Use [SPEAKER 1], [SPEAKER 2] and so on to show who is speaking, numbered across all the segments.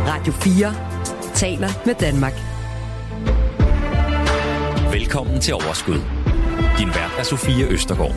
[SPEAKER 1] Radio 4 taler med Danmark.
[SPEAKER 2] Velkommen til Overskud. Din vært er Sofie Østergaard.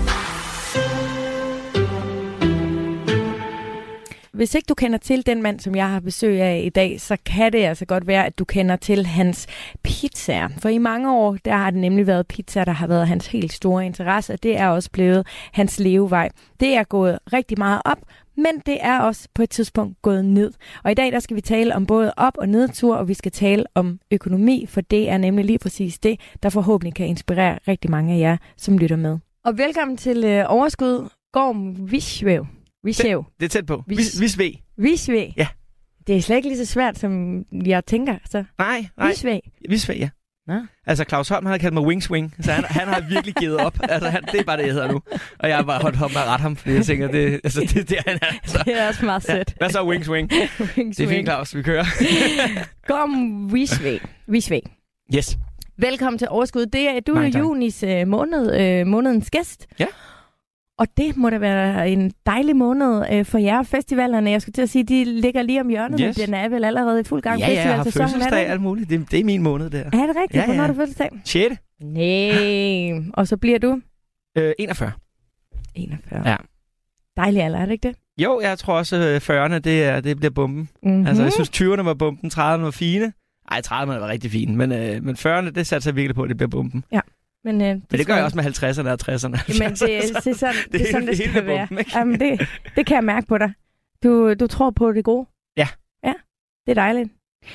[SPEAKER 3] Hvis ikke du kender til den mand, som jeg har besøg af i dag, så kan det altså godt være, at du kender til hans pizzaer. For i mange år, der har det nemlig været pizza, der har været hans helt store interesse, og det er også blevet hans levevej. Det er gået rigtig meget op, men det er også på et tidspunkt gået ned. Og i dag, der skal vi tale om både op- og nedtur, og vi skal tale om økonomi, for det er nemlig lige præcis det, der forhåbentlig kan inspirere rigtig mange af jer, som lytter med. Og velkommen til Overskud, Gorm Visvæv.
[SPEAKER 4] Det er tæt på.
[SPEAKER 3] Visvæg?
[SPEAKER 4] Ja.
[SPEAKER 3] Det er slet ikke lige så svært, som jeg tænker. Så.
[SPEAKER 4] Nej. Visvæg, ja.
[SPEAKER 3] Nå.
[SPEAKER 4] Altså, Claus Holm, han har kaldt mig Wingswing, så han har virkelig givet op. Altså, det er bare det, jeg hedder nu. Og jeg har bare holdt op med at rette ham, fordi jeg tænker, det han er. Altså.
[SPEAKER 3] Det er også meget sødt.
[SPEAKER 4] Ja. Hvad så, Wingswing? Det er fint, Claus, vi kører.
[SPEAKER 3] Gorm Visvæg.
[SPEAKER 4] Yes.
[SPEAKER 3] Velkommen til Overskud. Du er junis månedens gæst.
[SPEAKER 4] Ja.
[SPEAKER 3] Og det må da være en dejlig måned for jer. Festivalerne, jeg skulle til at sige, de ligger lige om hjørnet, men den er vel allerede i fuld gang.
[SPEAKER 4] Ja, jeg har fødselsdag alt muligt. Det er min måned, der.
[SPEAKER 3] Er det rigtigt?
[SPEAKER 4] Ja.
[SPEAKER 3] Hvornår har du fødselsdag?
[SPEAKER 4] 6.
[SPEAKER 3] Nej. Og så bliver du?
[SPEAKER 4] 41.
[SPEAKER 3] 41.
[SPEAKER 4] Ja.
[SPEAKER 3] Dejlig alder, er det ikke det?
[SPEAKER 4] Jo, jeg tror også, 40'erne, det bliver bomben.
[SPEAKER 3] Mm-hmm.
[SPEAKER 4] Altså, jeg synes, 20'erne var bomben, 30'erne var fine. Ej, 30'erne var rigtig fine, men 40'erne, det satte sig virkelig på, at det bliver bomben.
[SPEAKER 3] Ja. Men
[SPEAKER 4] det gør jeg også med 50'erne og 60'erne.
[SPEAKER 3] Jamen, det er sådan, det skal være.
[SPEAKER 4] Bomben,
[SPEAKER 3] jamen, det kan jeg mærke på dig. Du tror på det gode.
[SPEAKER 4] Ja.
[SPEAKER 3] Ja, det er dejligt.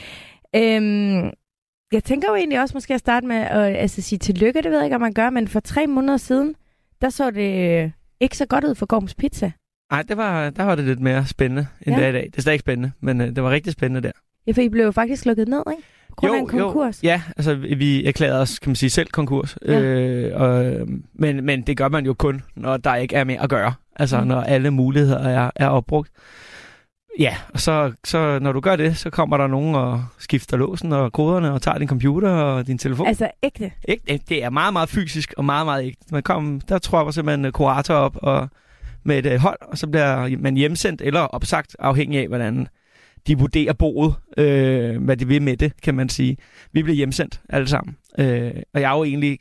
[SPEAKER 3] Jeg tænker jo egentlig også måske at starte med at sige tillykke, det ved jeg ikke, om man gør, men for 3 måneder siden, der så det ikke så godt ud for Gorms Pizza. Nej,
[SPEAKER 4] der var det lidt mere spændende end det er i dag. Det er stadig ikke spændende, men det var rigtig spændende der.
[SPEAKER 3] Ja, for I blev jo faktisk lukket ned, ikke? På grund af en konkurs.
[SPEAKER 4] Ja, altså vi erklærede os, kan man sige, selv konkurs. Ja. Men det gør man jo kun, når der ikke er mere at gøre. Altså når alle muligheder er opbrugt. Ja, og så når du gør det, så kommer der nogen og skifter låsen og koderne og tager din computer og din telefon.
[SPEAKER 3] Altså ægte?
[SPEAKER 4] Ægte. Det er meget, meget fysisk og meget, meget ægte. Der tropper simpelthen kurator op og med et hold, og så bliver man hjemsendt eller opsagt, afhængig af, hvordan de vurderer boet, hvad de vil med det, kan man sige. Vi blev hjemsendt alle sammen. Og jeg er jo egentlig,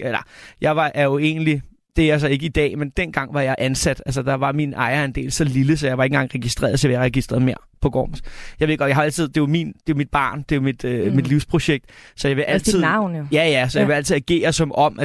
[SPEAKER 4] er jo egentlig, det er altså ikke i dag, men dengang var jeg ansat. Altså der var min ejerandel så lille, så jeg var ikke engang registreret, så jeg var registreret mere på Gorms. Jeg ved godt, jeg har altid, det er jo mit barn, det er jo mit livsprojekt, så jeg vil altid...
[SPEAKER 3] Det er dit navn, jo.
[SPEAKER 4] Ja, så jeg vil altid agere som om,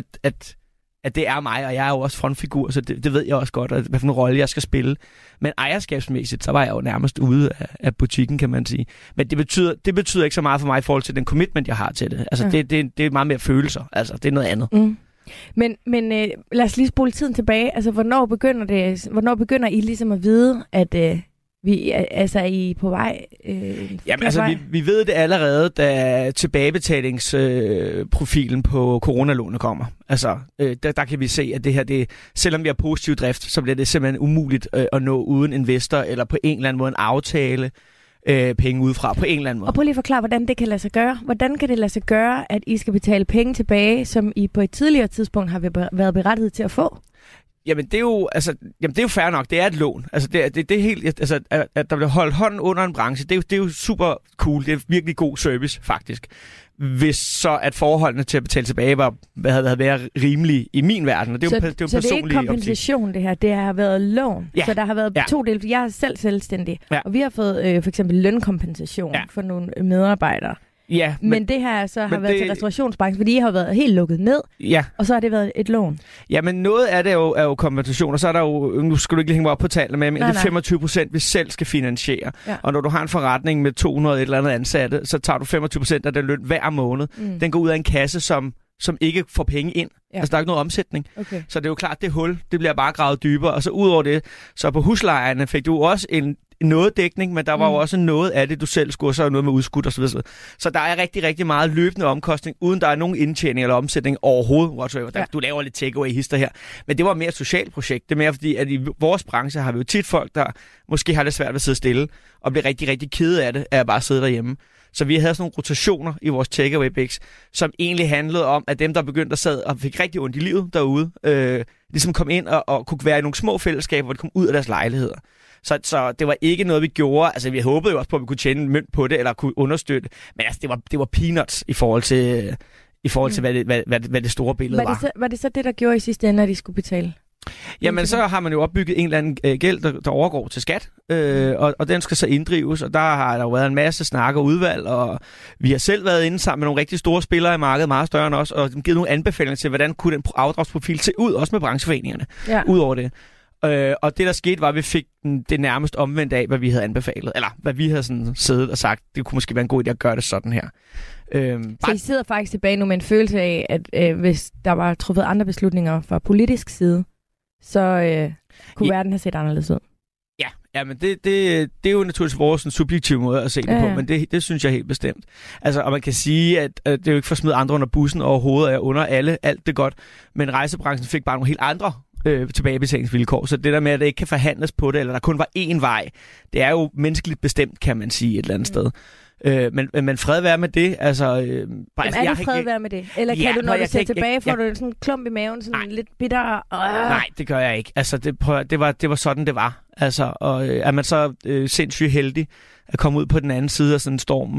[SPEAKER 4] at det er mig, og jeg er jo også frontfigur, så det ved jeg også godt, hvad for en rolle jeg skal spille. Men ejerskabsmæssigt, så var jeg jo nærmest ude af butikken, kan man sige. Men det betyder ikke så meget for mig i forhold til den commitment, jeg har til det. Altså, det er meget mere følelser. Altså, det er noget andet.
[SPEAKER 3] Mm. Men lad os lige spole tiden tilbage. Altså, hvornår begynder I ligesom at vide, at vi er I på vej?
[SPEAKER 4] Jamen, altså, vi ved det allerede, da tilbagebetalingsprofilen på coronalånet kommer. Altså, der kan vi se, at det her, selvom vi har positiv drift, så bliver det simpelthen umuligt at nå uden investor, eller på en eller anden måde en aftale penge udefra, på en eller anden måde. Og
[SPEAKER 3] prøv lige at forklare, hvordan det kan lade sig gøre. Hvordan kan det lade sig gøre, at I skal betale penge tilbage, som I på et tidligere tidspunkt har været berettiget til at få?
[SPEAKER 4] Jamen det er jo fair nok. Det er et lån. Altså det er helt, altså at der bliver holdt hånden under en branche. Det er jo super cool. Det er virkelig god service faktisk. Hvis så at forholdene til at betale tilbage havde været rimelige i min verden. Og det er jo
[SPEAKER 3] så det er ikke kompensation det her. Det har været lån. Ja. Så der har været 2 dele. Jeg er selv selvstændig, og vi har fået for eksempel lønkompensation for nogle medarbejdere.
[SPEAKER 4] Ja,
[SPEAKER 3] men det her så har været til restaurationsbranchen, fordi I har været helt lukket ned, og så har det været et lån.
[SPEAKER 4] Ja, men noget af det er jo kompensation, og så er der jo, nu skal du ikke hænge mig op på tallene, men det er 25%, vi selv skal finansiere. Ja. Og når du har en forretning med 200 et eller andet ansatte, så tager du 25% af den løn hver måned. Den går ud af en kasse, som ikke får penge ind. Ja. Altså, der er ikke noget omsætning. Okay. Så det er jo klart, det hul, det bliver bare gravet dybere. Og så ud over det, så på huslejerne fik du også noget dækning, men der var jo også noget af det, du selv skulle, så noget med udskud og så videre. Så der er rigtig, rigtig meget løbende omkostning, uden der er nogen indtjening eller omsætning overhovedet. Whatsoever. Ja. Du laver lidt takeaway-hister her. Men det var mere et socialt projekt. Det er mere fordi, at i vores branche har vi jo tit folk, der måske har det svært ved at sidde stille, og bliver rigtig, rigtig kede af det, af at bare sidde derhjemme. Så vi havde sådan nogle rotationer i vores takeaway-bigs, som egentlig handlede om, at dem, der begyndte at sad og fik rigtig ondt i livet derude, ligesom kom ind og kunne være i nogle små fællesskaber, hvor de kom ud af deres lejligheder. Så det var ikke noget, vi gjorde. Altså, vi håbede jo også på, at vi kunne tjene mønt på det, eller kunne understøtte. Men altså, det var peanuts i forhold til hvad det store billede var.
[SPEAKER 3] Var det så det, der gjorde i sidste ende, at de skulle betale?
[SPEAKER 4] Jamen, så har man jo opbygget en eller anden gæld, der overgår til skat, og den skal så inddrives, og der har der jo været en masse snak og udvalg, og vi har selv været inde sammen med nogle rigtig store spillere i markedet, meget større end os, og givet nogle anbefalinger til, hvordan kunne den afdragsprofil se ud, også med brancheforeningerne, ud over det. Og det, der skete, var, at vi fik det nærmest omvendt af, hvad vi havde anbefalet. Eller hvad vi havde sådan siddet og sagt, det kunne måske være en god idé at gøre det sådan her.
[SPEAKER 3] Så I sidder faktisk tilbage nu med en følelse af, at hvis der var truffet andre beslutninger fra politisk side, så kunne verden have set anderledes ud?
[SPEAKER 4] Ja, men det er jo naturligvis vores subjektive måde at se det på, men det synes jeg helt bestemt. Altså, og man kan sige, at det er jo ikke for at smide andre under bussen overhovedet, og jeg under alt det godt, men rejsebranchen fik bare nogle helt andre tilbagebetalingsvilkår. Så det der med, at det ikke kan forhandles på det, eller der kun var én vej, det er jo menneskeligt bestemt, kan man sige, et eller andet sted. Men fred være med det. Altså,
[SPEAKER 3] er det fred være med det? Eller kan du, når du ser tilbage, får du sådan en klump i maven, sådan lidt bitter?
[SPEAKER 4] Nej, det gør jeg ikke. Altså, det var sådan, det var. Altså, og er man så sindssygt heldig at komme ud på den anden side af sådan en storm,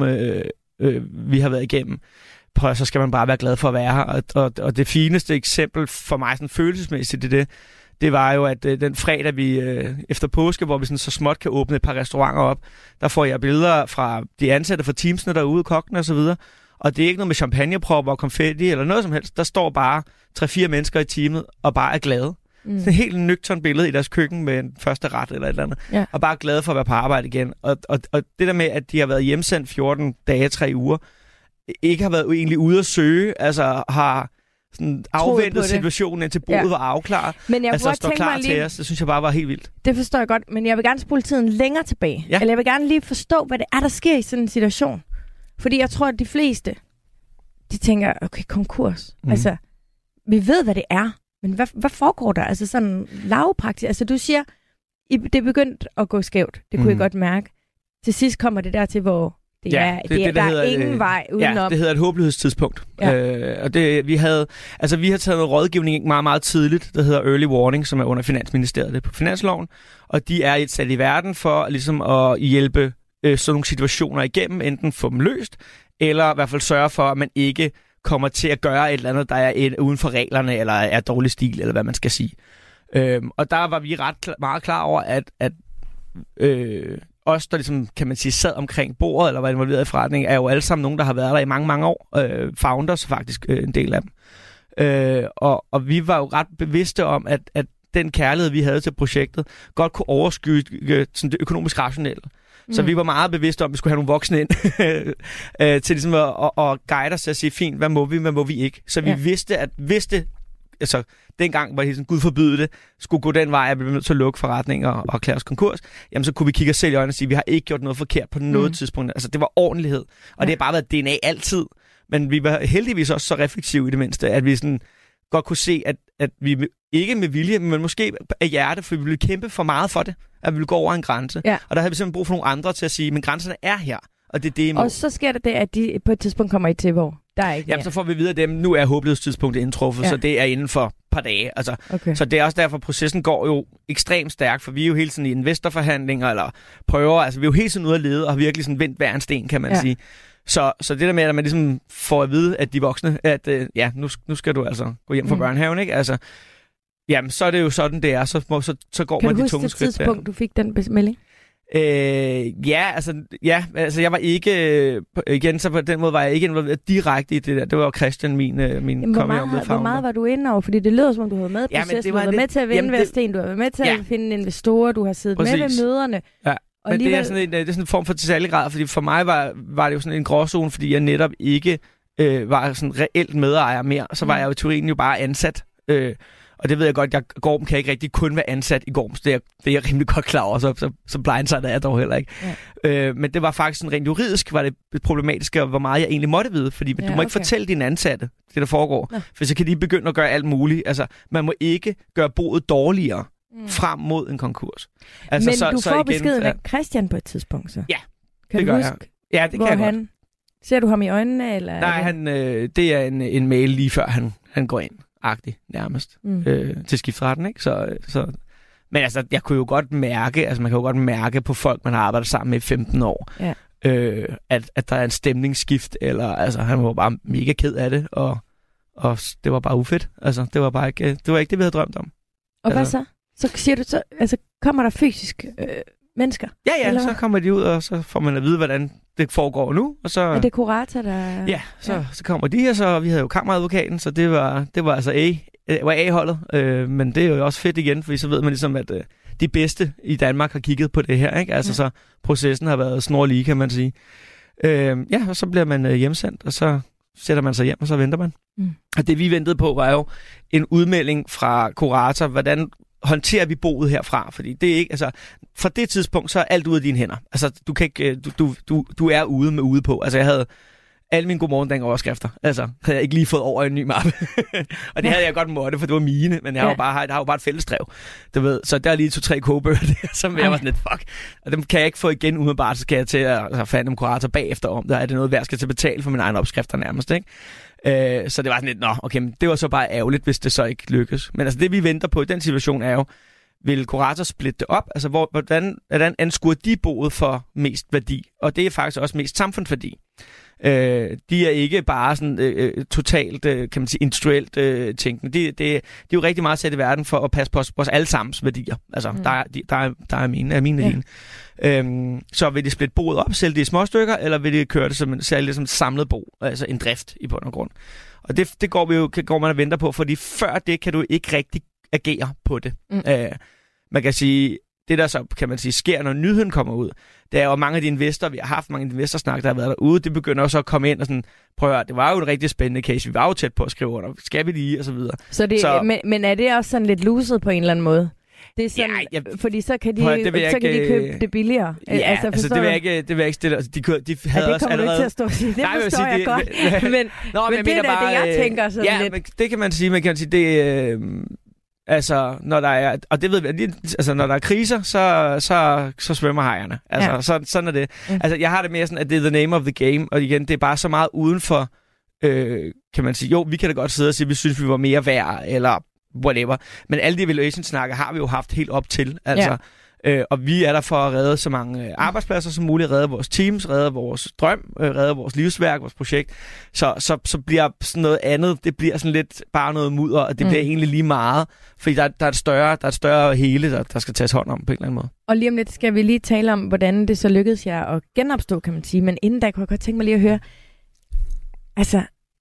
[SPEAKER 4] vi har været igennem, så skal man bare være glad for at være her. Og det fineste eksempel for mig sådan følelsesmæssigt i det var jo, at den fredag, vi efter påske, hvor vi sådan så småt kan åbne et par restauranter op, der får jeg billeder fra de ansatte fra teamsene derude, kokkene og så videre. Og det er ikke noget med champagnepropper og konfetti eller noget som helst. Der står bare 3-4 mennesker i teamet og bare er glade. Sådan et helt nøgtern billede i deres køkken med en første ret eller et eller andet. Ja. Og bare glade for at være på arbejde igen. Og det der med, at de har været hjemsendt 14 dage, 3 uger, ikke har været egentlig ude at søge, altså har sådan afventet situationen, indtil bordet var afklaret.
[SPEAKER 3] Men jeg
[SPEAKER 4] altså står klar til os. Det synes jeg bare var helt vildt.
[SPEAKER 3] Det forstår jeg godt, men jeg vil gerne spole tiden længere tilbage. Ja. Eller jeg vil gerne lige forstå, hvad det er, der sker i sådan en situation. Fordi jeg tror, at de fleste, de tænker, okay, konkurs. Altså, vi ved, hvad det er. Men hvad foregår der? Altså sådan lavpraktisk. Altså du siger, det er begyndt at gå skævt. Det kunne jeg godt mærke. Til sidst kommer det der til, hvor der er ingen vej udenom.
[SPEAKER 4] Ja, det hedder et håbløshedstidspunkt. Ja. Og vi har taget noget rådgivning meget, meget tidligt, der hedder Early Warning, som er under Finansministeriet. Det er på Finansloven. Og de er sat i verden for ligesom at hjælpe sådan nogle situationer igennem, enten få dem løst, eller i hvert fald sørge for, at man ikke kommer til at gøre et eller andet, der er uden for reglerne, eller er dårlig stil, eller hvad man skal sige. Og der var vi meget klar over, at os, der ligesom, kan man sige, sad omkring bordet, eller var involveret i forretningen, er jo alle sammen nogen, der har været der i mange, mange år. Founders faktisk en del af dem. Og vi var jo ret bevidste om, at den kærlighed, vi havde til projektet, godt kunne overskygge sådan det økonomisk rationelle. Så vi var meget bevidste om, at vi skulle have nogle voksne ind til ligesom at guide os til at sige, fint, hvad må vi ikke? Så vi vidste, at hvis det, altså dengang var det sådan, Gud forbyde det, skulle gå den vej, at vi blev nødt til at lukke forretninger og erklære os konkurs, jamen så kunne vi kigge os selv i øjnene og sige, vi har ikke gjort noget forkert på noget tidspunkt. Altså det var ordentlighed, og det har bare været DNA altid. Men vi var heldigvis også så refleksive i det mindste, at vi sådan godt kunne se, at vi ikke med vilje, men måske af hjerte, for vi ville kæmpe for meget for det, at vi ville gå over en grænse. Ja. Og der havde vi simpelthen brug for nogle andre til at sige, men grænserne er her, og det er det, I må.
[SPEAKER 3] Og så sker det, at de på et tidspunkt kommer I til, hvor der er ikke mere.
[SPEAKER 4] Jamen, så får vi videre dem, nu er håbløshedstidspunktet indtruffet, så det er inden for et par dage. Altså, så det er også derfor, processen går jo ekstremt stærkt, for vi er jo hele tiden i investorforhandlinger, eller prøver, altså vi er jo hele tiden ude at lede, og har virkelig sådan vendt hver en sten, kan man sige. Så det der med, at man ligesom får at vide, at de voksne, at nu skal du altså gå hjem fra børnehaven, ikke? Altså, jamen, så er det jo sådan, det er. Så går man de tunge skridt der. Kan du huske det
[SPEAKER 3] tidspunkt, du fik den melding?
[SPEAKER 4] Altså jeg var ikke, igen, så på den måde var jeg ikke involveret direkte i det der. Det var jo Christian, min
[SPEAKER 3] hvor meget var du inde over? Fordi det lyder som om, du havde med i processen, du har været med til at vinde hver sten, du har været med til at finde investorer, du har siddet med ved møderne. Ja.
[SPEAKER 4] Men alligevel... det er sådan en form for tilsærlig fordi for mig var det jo sådan en gråzone, fordi jeg netop ikke var sådan reelt medejer mere. Så var jeg jo i teorien jo bare ansat. Og det ved jeg godt, Gorm kan ikke rigtig kun være ansat i Gorm, så det er jeg rimelig godt klar over, så blindsider jeg dog heller ikke. Ja. Men det var faktisk sådan rent juridisk, var det problematiske, hvor meget jeg egentlig måtte vide, fordi du må ikke fortælle dine ansatte, det der foregår, for så kan de begynde at gøre alt muligt. Altså, man må ikke gøre boet dårligere frem mod en konkurs. Altså,
[SPEAKER 3] men du får beskeden af Christian på et tidspunkt, så?
[SPEAKER 4] Ja, det gør jeg. Ja, det kan jeg godt.
[SPEAKER 3] Ser du ham i øjnene? Eller
[SPEAKER 4] nej, det er en mail lige før han går ind-agtig nærmest til skiftretten, ikke? Så men altså, jeg kunne jo godt mærke, man kan jo godt mærke på folk, man har arbejdet sammen med i 15 år, at der er en stemningsskift, eller altså, han var bare mega ked af det, og det var bare ufedt. Altså, det var ikke det, vi havde drømt om.
[SPEAKER 3] Og hvad så? Så siger du så, altså, kommer der fysisk mennesker?
[SPEAKER 4] Ja, eller? Så kommer de ud, og så får man at vide, hvordan det foregår nu. Og så,
[SPEAKER 3] er det kurator, der...
[SPEAKER 4] Ja, så kommer de, og så vi havde jo kammeradvokaten, så det var altså A-holdet. Men det er jo også fedt igen, fordi så ved man ligesom, at de bedste i Danmark har kigget på det her, ikke? Altså, så processen har været snorlige, kan man sige. Og så bliver man hjemsendt, og så sætter man sig hjem, og så venter man. Og det vi ventede på, var jo en udmelding fra kurator, hvordan håndterer vi boet herfra, fordi det er ikke, altså, fra det tidspunkt, så er alt ude af dine hænder. Altså, du kan ikke, du er ude med ude på. Altså, jeg havde alle mine godmorgendag-overskrifter. Altså, havde jeg ikke lige fået over en ny mappe. Og det havde jeg godt måtte, for det var mine, men jeg har jo bare et fællesdrev. Du ved, så der er lige 2-3 kogebøger der, som jeg var sådan lidt, fuck. Og dem kan jeg ikke få igen umiddelbart, så skal jeg til at finde en kurator bagefter om, der er det noget værd, skal til at betale for mine egne opskrifter nærmest, ikke? Så det var sådan lidt, okay, men det var så bare ærgerligt, hvis det så ikke lykkes. Men altså det, vi venter på i den situation, er jo, vil kurator splitte det op? Altså, hvordan anskuer de boet for mest værdi? Og det er faktisk også mest samfundsværdi. De er ikke bare sådan totalt, kan man sige, industrielt tænkende. De er jo rigtig meget sat i verden for at passe på vores allesammens værdier. Altså, der er mine. Så vil de splitte boet op, sælge det i små stykker, eller vil de køre det som et samlet bo, altså en drift i bund og grund. Og det går man og venter på, fordi før det kan du ikke rigtig agere på det. Man kan sige, det der så, kan man sige, sker, når nyheden kommer ud, det er jo mange af de investorer, vi har haft, mange af de investorsnak, der har været derude, det begynder også at komme ind og sådan, prøv at høre, det var jo en rigtig spændende case, vi var jo tæt på at skrive under, skal vi lige, og så videre. Men er det også sådan lidt luset på en eller anden måde? Det er sådan, fordi så kan de købe det billigere. Ja, altså det vil jeg ikke stille. Altså, de havde
[SPEAKER 3] det kommer du ikke til at stå og sige. Det forstår jeg godt. Men det er da det, jeg tænker sådan lidt. Ja,
[SPEAKER 4] det kan man sige. Man kan sige, det altså, når der er, og det ved vi, altså, når der er kriser, så svømmer hajerne. Altså, sådan er det. Altså, jeg har det mere sådan, at det er the name of the game, og igen, det er bare så meget uden for, kan man sige, jo, vi kan da godt sidde og sige, at vi synes, vi var mere værd, eller whatever. Men alle de evaluation-snakker har vi jo haft helt op til. Altså, og vi er der for at redde så mange arbejdspladser som muligt, redde vores teams, redde vores drøm, redde vores livsværk, vores projekt. Så bliver sådan noget andet, det bliver sådan lidt bare noget mudder, og det bliver egentlig lige meget, fordi der er et større hele, der skal tages hånd om på en eller anden måde.
[SPEAKER 3] Og lige om lidt skal vi lige tale om, hvordan det så lykkedes jer at genopstå, kan man sige. Men inden da kunne jeg godt tænke mig lige at høre, altså,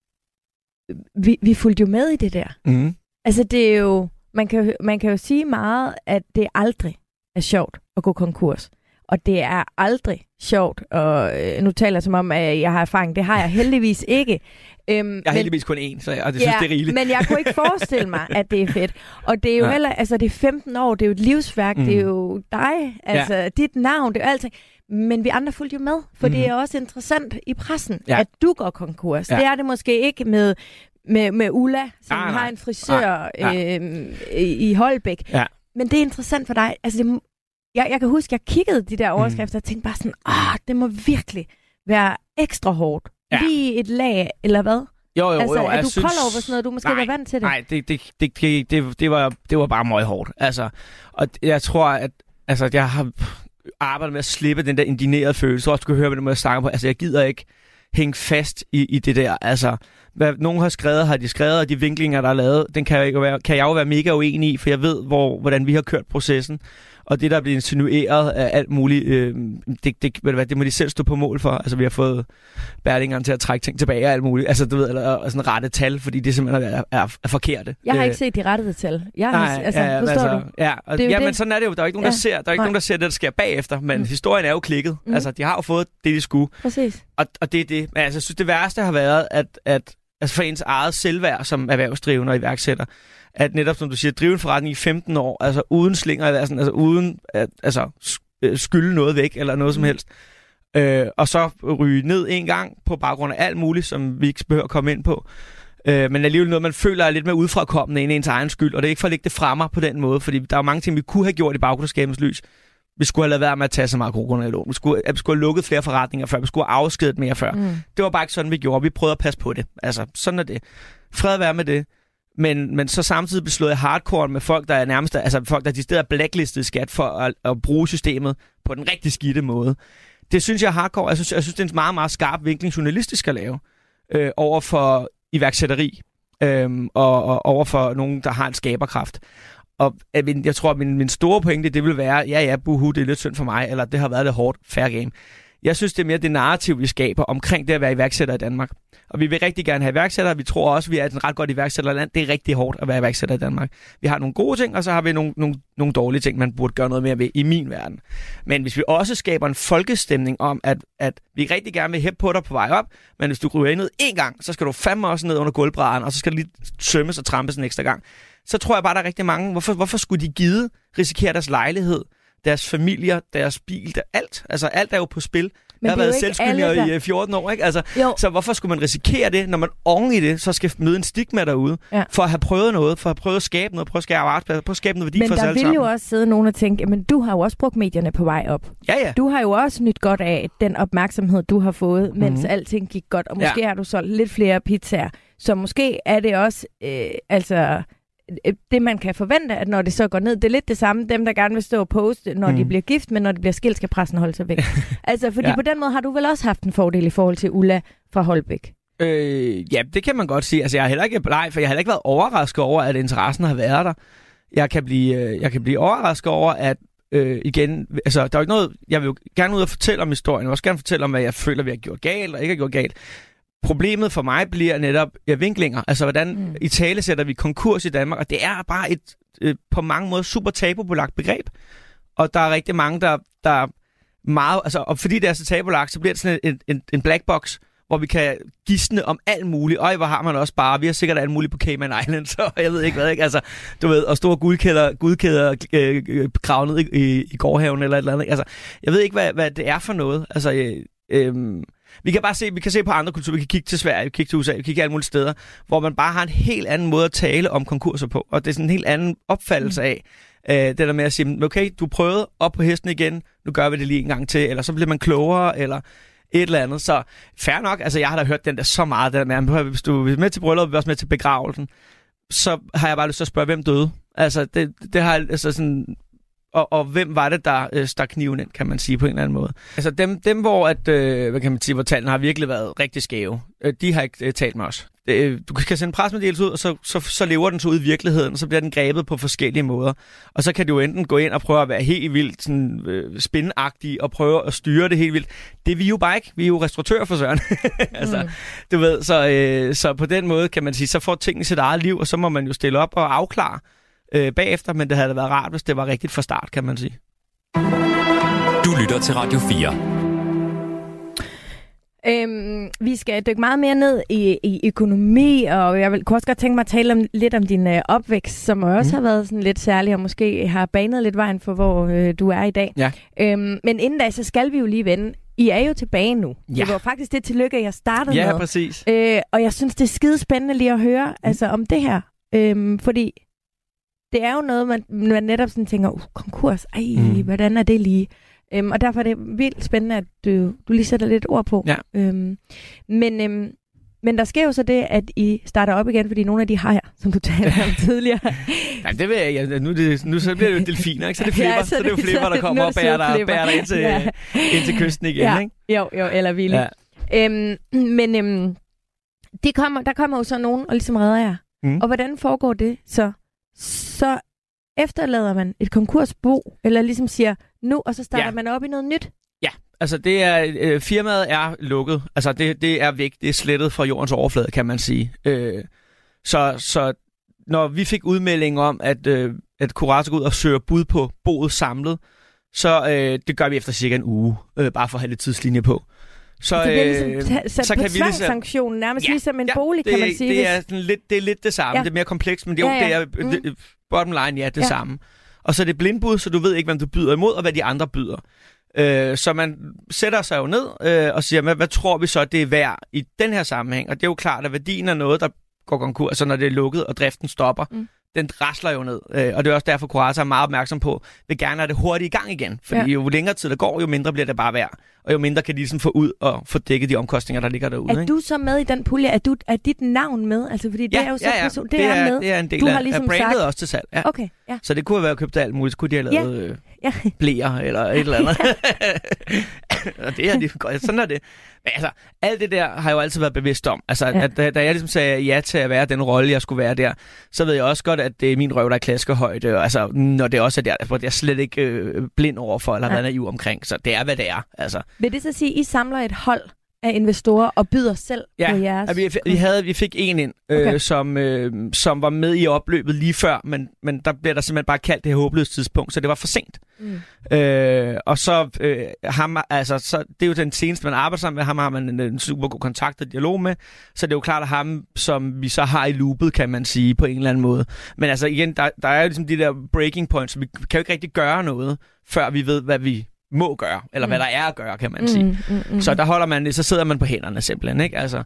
[SPEAKER 3] vi fulgte jo med i det der. Altså, det er jo, man kan jo sige meget, at det aldrig er sjovt at gå konkurs. Og det er aldrig sjovt, og nu taler jeg som om, at jeg har erfaring. Det har jeg heldigvis ikke.
[SPEAKER 4] Jeg har heldigvis kun én, og det synes det er rigeligt.
[SPEAKER 3] Men jeg kunne ikke forestille mig, at det er fedt. Og det er jo heller, altså det er 15 år, det er jo et livsværk, det er jo dig, altså dit navn, det er jo alting. Men vi andre fulgte jo med, for det er også interessant i pressen, at du går konkurs. Det er det måske ikke med Ulla, som har en frisør i Holbæk. Ja. Men det er interessant for dig. Altså, jeg kan huske, jeg kiggede de der overskrifter og tænkte bare sådan, det må virkelig være ekstra hårdt. Lige et lag, eller hvad?
[SPEAKER 4] Jo.
[SPEAKER 3] Altså, er du
[SPEAKER 4] synes...
[SPEAKER 3] kold over sådan noget? Du måske være vant til det?
[SPEAKER 4] Nej, det var bare meget hårdt. Altså, og jeg tror, at jeg har arbejdet med at slippe den der indinerede følelse. Så du kan høre, hvad du må snakke på. Altså, jeg gider ikke hænge fast i det der. Altså, hvad nogen har de skrevet, og de vinklinger, der er lavet, den kan jeg jo være mega uenig i, for jeg ved, hvordan vi har kørt processen. Og det, der er blevet insinueret af alt muligt, det må de selv stå på mål for. Altså, vi har fået Berlingeren til at trække ting tilbage og alt muligt. Altså, du ved, eller sådan rette tal, fordi det simpelthen er forkerte.
[SPEAKER 3] Jeg har ikke set de rettede tal. Forstår du?
[SPEAKER 4] Ja, men sådan er det jo. Der er ikke nogen, der ser, det, der sker bagefter. Men historien er jo klikket. Altså, de har jo fået det, de skulle.
[SPEAKER 3] Præcis.
[SPEAKER 4] Og det er det. Men altså, jeg synes, det værste har været, at for ens eget selvværd som erhvervsdrivende og iværksætter, at netop, som du siger, drive en forretning i 15 år, altså uden slinger, altså uden at skylde noget væk, eller noget som helst, og så ryge ned en gang på baggrund af alt muligt, som vi ikke behøver at komme ind på. Men alligevel noget, man føler er lidt mere udfrakommende end ens egen skyld, og det er ikke for at lægge det fremme på den måde, fordi der er mange ting, vi kunne have gjort i baggrundsskabens lys, Vi skulle have lavet være med at tage så meget corona i lån. Vi skulle have lukket flere forretninger før. Vi skulle have afskedet mere før. Det var bare ikke sådan, vi gjorde. Vi prøvede at passe på det. Altså, sådan er det. Fred være med det. Men så samtidig beslod jeg hardcore med folk, der er nærmest, altså folk, der de steder er blacklistet i skat for at bruge systemet på den rigtig skidte måde. Det synes jeg er hardcore. Jeg synes, det er en meget, meget skarp vinkling journalistisk at lave over for iværksætteri og over for nogen, der har en skaberkraft. Og jeg tror, at min store pointe, det vil være, ja, buhu, det er lidt synd for mig, eller det har været lidt hårdt, fair game. Jeg synes, det er mere det narrativ, vi skaber omkring det at være iværksætter i Danmark. Og vi vil rigtig gerne have iværksættere. Vi tror også, vi er et ret godt iværksætterland. Det er rigtig hårdt at være iværksætter i Danmark. Vi har nogle gode ting, og så har vi nogle dårlige ting, man burde gøre noget mere ved i min verden. Men hvis vi også skaber en folkestemning om, at vi rigtig gerne vil hæppe på dig på vej op, men hvis du ryger ind en gang, så skal du fandme også ned under gulvbrædderen, og så skal du lige sømmes og trampes en ekstra gang. Så tror jeg bare, der er rigtig mange. Hvorfor skulle de risikere deres lejlighed, deres familier, deres bil, alt? Altså alt er jo på spil. Jeg har været selvskyldig i 14 år, ikke? Altså, så hvorfor skulle man risikere det, når man oven i det, så skal møde en stigma derude, for at have prøvet noget, for at prøve at skabe noget, prøve at skabe arbejdspladser, prøve at skabe noget værdi for os alle sammen?
[SPEAKER 3] Men der vil jo også sidde nogen og tænke, men du har jo også brugt medierne på vej op.
[SPEAKER 4] Ja.
[SPEAKER 3] Du har jo også nyt godt af den opmærksomhed, du har fået, mens alting gik godt, og måske har du solgt lidt flere pizzaer. Så måske er det også, det man kan forvente, at når det så går ned, det er lidt det samme, dem der gerne vil stå og poste, når de bliver gift, men når det bliver skilt, skal pressen holde sig væk. Altså, fordi på den måde har du vel også haft en fordel i forhold til Ulla fra Holbæk?
[SPEAKER 4] Ja, det kan man godt sige. Altså, jeg har heller ikke været overrasket over, at interessen har været der. Jeg kan blive overrasket over, at igen, altså, der er jo ikke noget, jeg vil jo gerne ud og fortælle om historien, jeg vil også gerne fortælle om, hvad jeg føler, vi har gjort galt, og ikke har gjort galt. Problemet for mig bliver netop vinklinger. Altså, hvordan i tale sætter vi konkurs i Danmark? Og det er bare et på mange måder super tabubelagt begreb. Og der er rigtig mange, der meget... Altså, og fordi det er så tabubelagt, så bliver det sådan en black box, hvor vi kan gisne om alt muligt. Hvor har man også bare... Vi har sikkert alt muligt på Cayman Island, så jeg ved ikke hvad, ikke? Altså, du ved, og store gudkæder gravet ned i gårdhaven eller et eller andet. Altså, jeg ved ikke, hvad det er for noget. Altså... Vi kan se på andre kulturer, vi kan kigge til Sverige, vi kan kigge til USA, vi kan kigge alle mulige steder, hvor man bare har en helt anden måde at tale om konkurser på, og det er sådan en helt anden opfattelse af det der med at sige, okay, du prøvede op på hesten igen, nu gør vi det lige en gang til, eller så bliver man klogere, eller et eller andet. Så fair nok, altså jeg har da hørt den der så meget, der med, hvis du er med til bryllup, vi er også med til begravelsen, så har jeg bare lyst til at spørge, hvem døde? Altså det har altså sådan... Og hvem var det, der stak kniven ind, kan man sige på en eller anden måde. Altså dem hvor hvad kan man sige, hvor tallene har virkelig været rigtig skæve, de har ikke talt med os. Du kan sende pressemeddelelse ud, og så lever den så ud i virkeligheden, og så bliver den grebet på forskellige måder. Og så kan du enten gå ind og prøve at være helt vildt sådan, spinagtig og prøve at styre det helt vildt. Det er vi jo bare ikke. Vi er jo restauratører for søren. Altså, du ved, så på den måde kan man sige, så får tingene sit eget liv, og så må man jo stille op og afklare bagefter, men det havde da været rart, hvis det var rigtigt fra start, kan man sige.
[SPEAKER 2] Du lytter til Radio
[SPEAKER 3] 4. Vi skal dykke meget mere ned i økonomi, og jeg kunne også godt tænke mig at tale lidt om din opvækst, som også har været sådan lidt særlig, og måske har banet lidt vejen for, hvor du er i dag.
[SPEAKER 4] Ja.
[SPEAKER 3] Men inden da, så skal vi jo lige vende. I er jo tilbage nu. Ja. Det var faktisk det tillykke, jeg startede med.
[SPEAKER 4] Ja, præcis.
[SPEAKER 3] Og jeg synes, det er skidespændende lige at høre altså, om det her. Fordi det er jo noget, man netop sådan tænker, konkurs, hvordan er det lige? Og derfor er det vildt spændende, at du lige sætter lidt ord på.
[SPEAKER 4] Ja.
[SPEAKER 3] Men der sker jo så det, at I starter op igen, fordi nogle af de har her, som du talte om tidligere.
[SPEAKER 4] Nej, det vil jeg. Nu så bliver det jo delfiner, ikke? Så det flipper, så det er jo flipper, der kommer og bærer dig ind til kysten igen,
[SPEAKER 3] ja.
[SPEAKER 4] Ikke?
[SPEAKER 3] Jo, eller vildt. Ja. Men der kommer jo så nogen og ligesom redder jer. Og hvordan foregår det så efterlader man et konkursbo, eller ligesom siger nu, og så starter man op i noget nyt?
[SPEAKER 4] Ja, altså det er firmaet er lukket. Altså det er væk, det er slettet fra jordens overflade, kan man sige. Så når vi fik udmelding om, at Kurator går ud og søger bud på boet samlet, så det gør vi efter cirka en uge, bare for at have lidt tidslinje på. Så
[SPEAKER 3] det bliver ligesom så kan tvangssanktionen, nærmest ligesom en bolig, kan man sige.
[SPEAKER 4] Det er lidt det samme. Det er mere komplekst, men det er bottom line, det samme. Og så er det blindbud, så du ved ikke, hvem du byder imod, og hvad de andre byder. Så man sætter sig jo ned og siger, hvad tror vi så, det er værd i den her sammenhæng? Og det er jo klart, at værdien er noget, der går konkurs, altså når det er lukket, og driften stopper. den rasler jo ned. Og det er også derfor, kurator er meget opmærksom på, vil gerne have det hurtigt i gang igen. Fordi jo længere tid der går, jo mindre bliver det bare værd. Og jo mindre kan de ligesom få ud og få dækket de omkostninger, der ligger derude.
[SPEAKER 3] Er du så med i den pulje? Er dit navn med? Altså, fordi det er jo så
[SPEAKER 4] det er med. Det er en del af
[SPEAKER 3] ligesom
[SPEAKER 4] brandet også til salg. Ja.
[SPEAKER 3] Okay, ja.
[SPEAKER 4] Så det kunne have været købt alt muligt. Så kunne de have lavet blæer eller et eller andet. Og det er de godt. Sådan er det. Men altså, alt det der har jeg jo altid været bevidst om. Altså, at da jeg ligesom sagde ja til at være den rolle, jeg skulle være der, så ved jeg også godt, at det er min røv, der er klaskehøjde. Altså, når det også er der, hvor jeg er slet ikke blind over for, eller hvad naiv omkring. Så det er, hvad det er. Altså.
[SPEAKER 3] Vil det så sige, at I samler et hold af investorer og byder selv på jeres?
[SPEAKER 4] Vi fik en ind, som var med i opløbet lige før, men der blev der simpelthen bare kaldt det her håbløse tidspunkt, så det var for sent. Og så ham, altså, så det er jo den seneste, man arbejder sammen med, ham har man en super god kontakt og dialog med, så det er jo klart, at ham, som vi så har i loopet, kan man sige, på en eller anden måde. Men altså igen, der er jo ligesom de der breaking points, så vi kan jo ikke rigtig gøre noget, før vi ved, hvad vi må gøre, eller hvad der er at gøre, kan man sige. Så der holder man, så sidder man på hænderne simpelthen, ikke? Altså,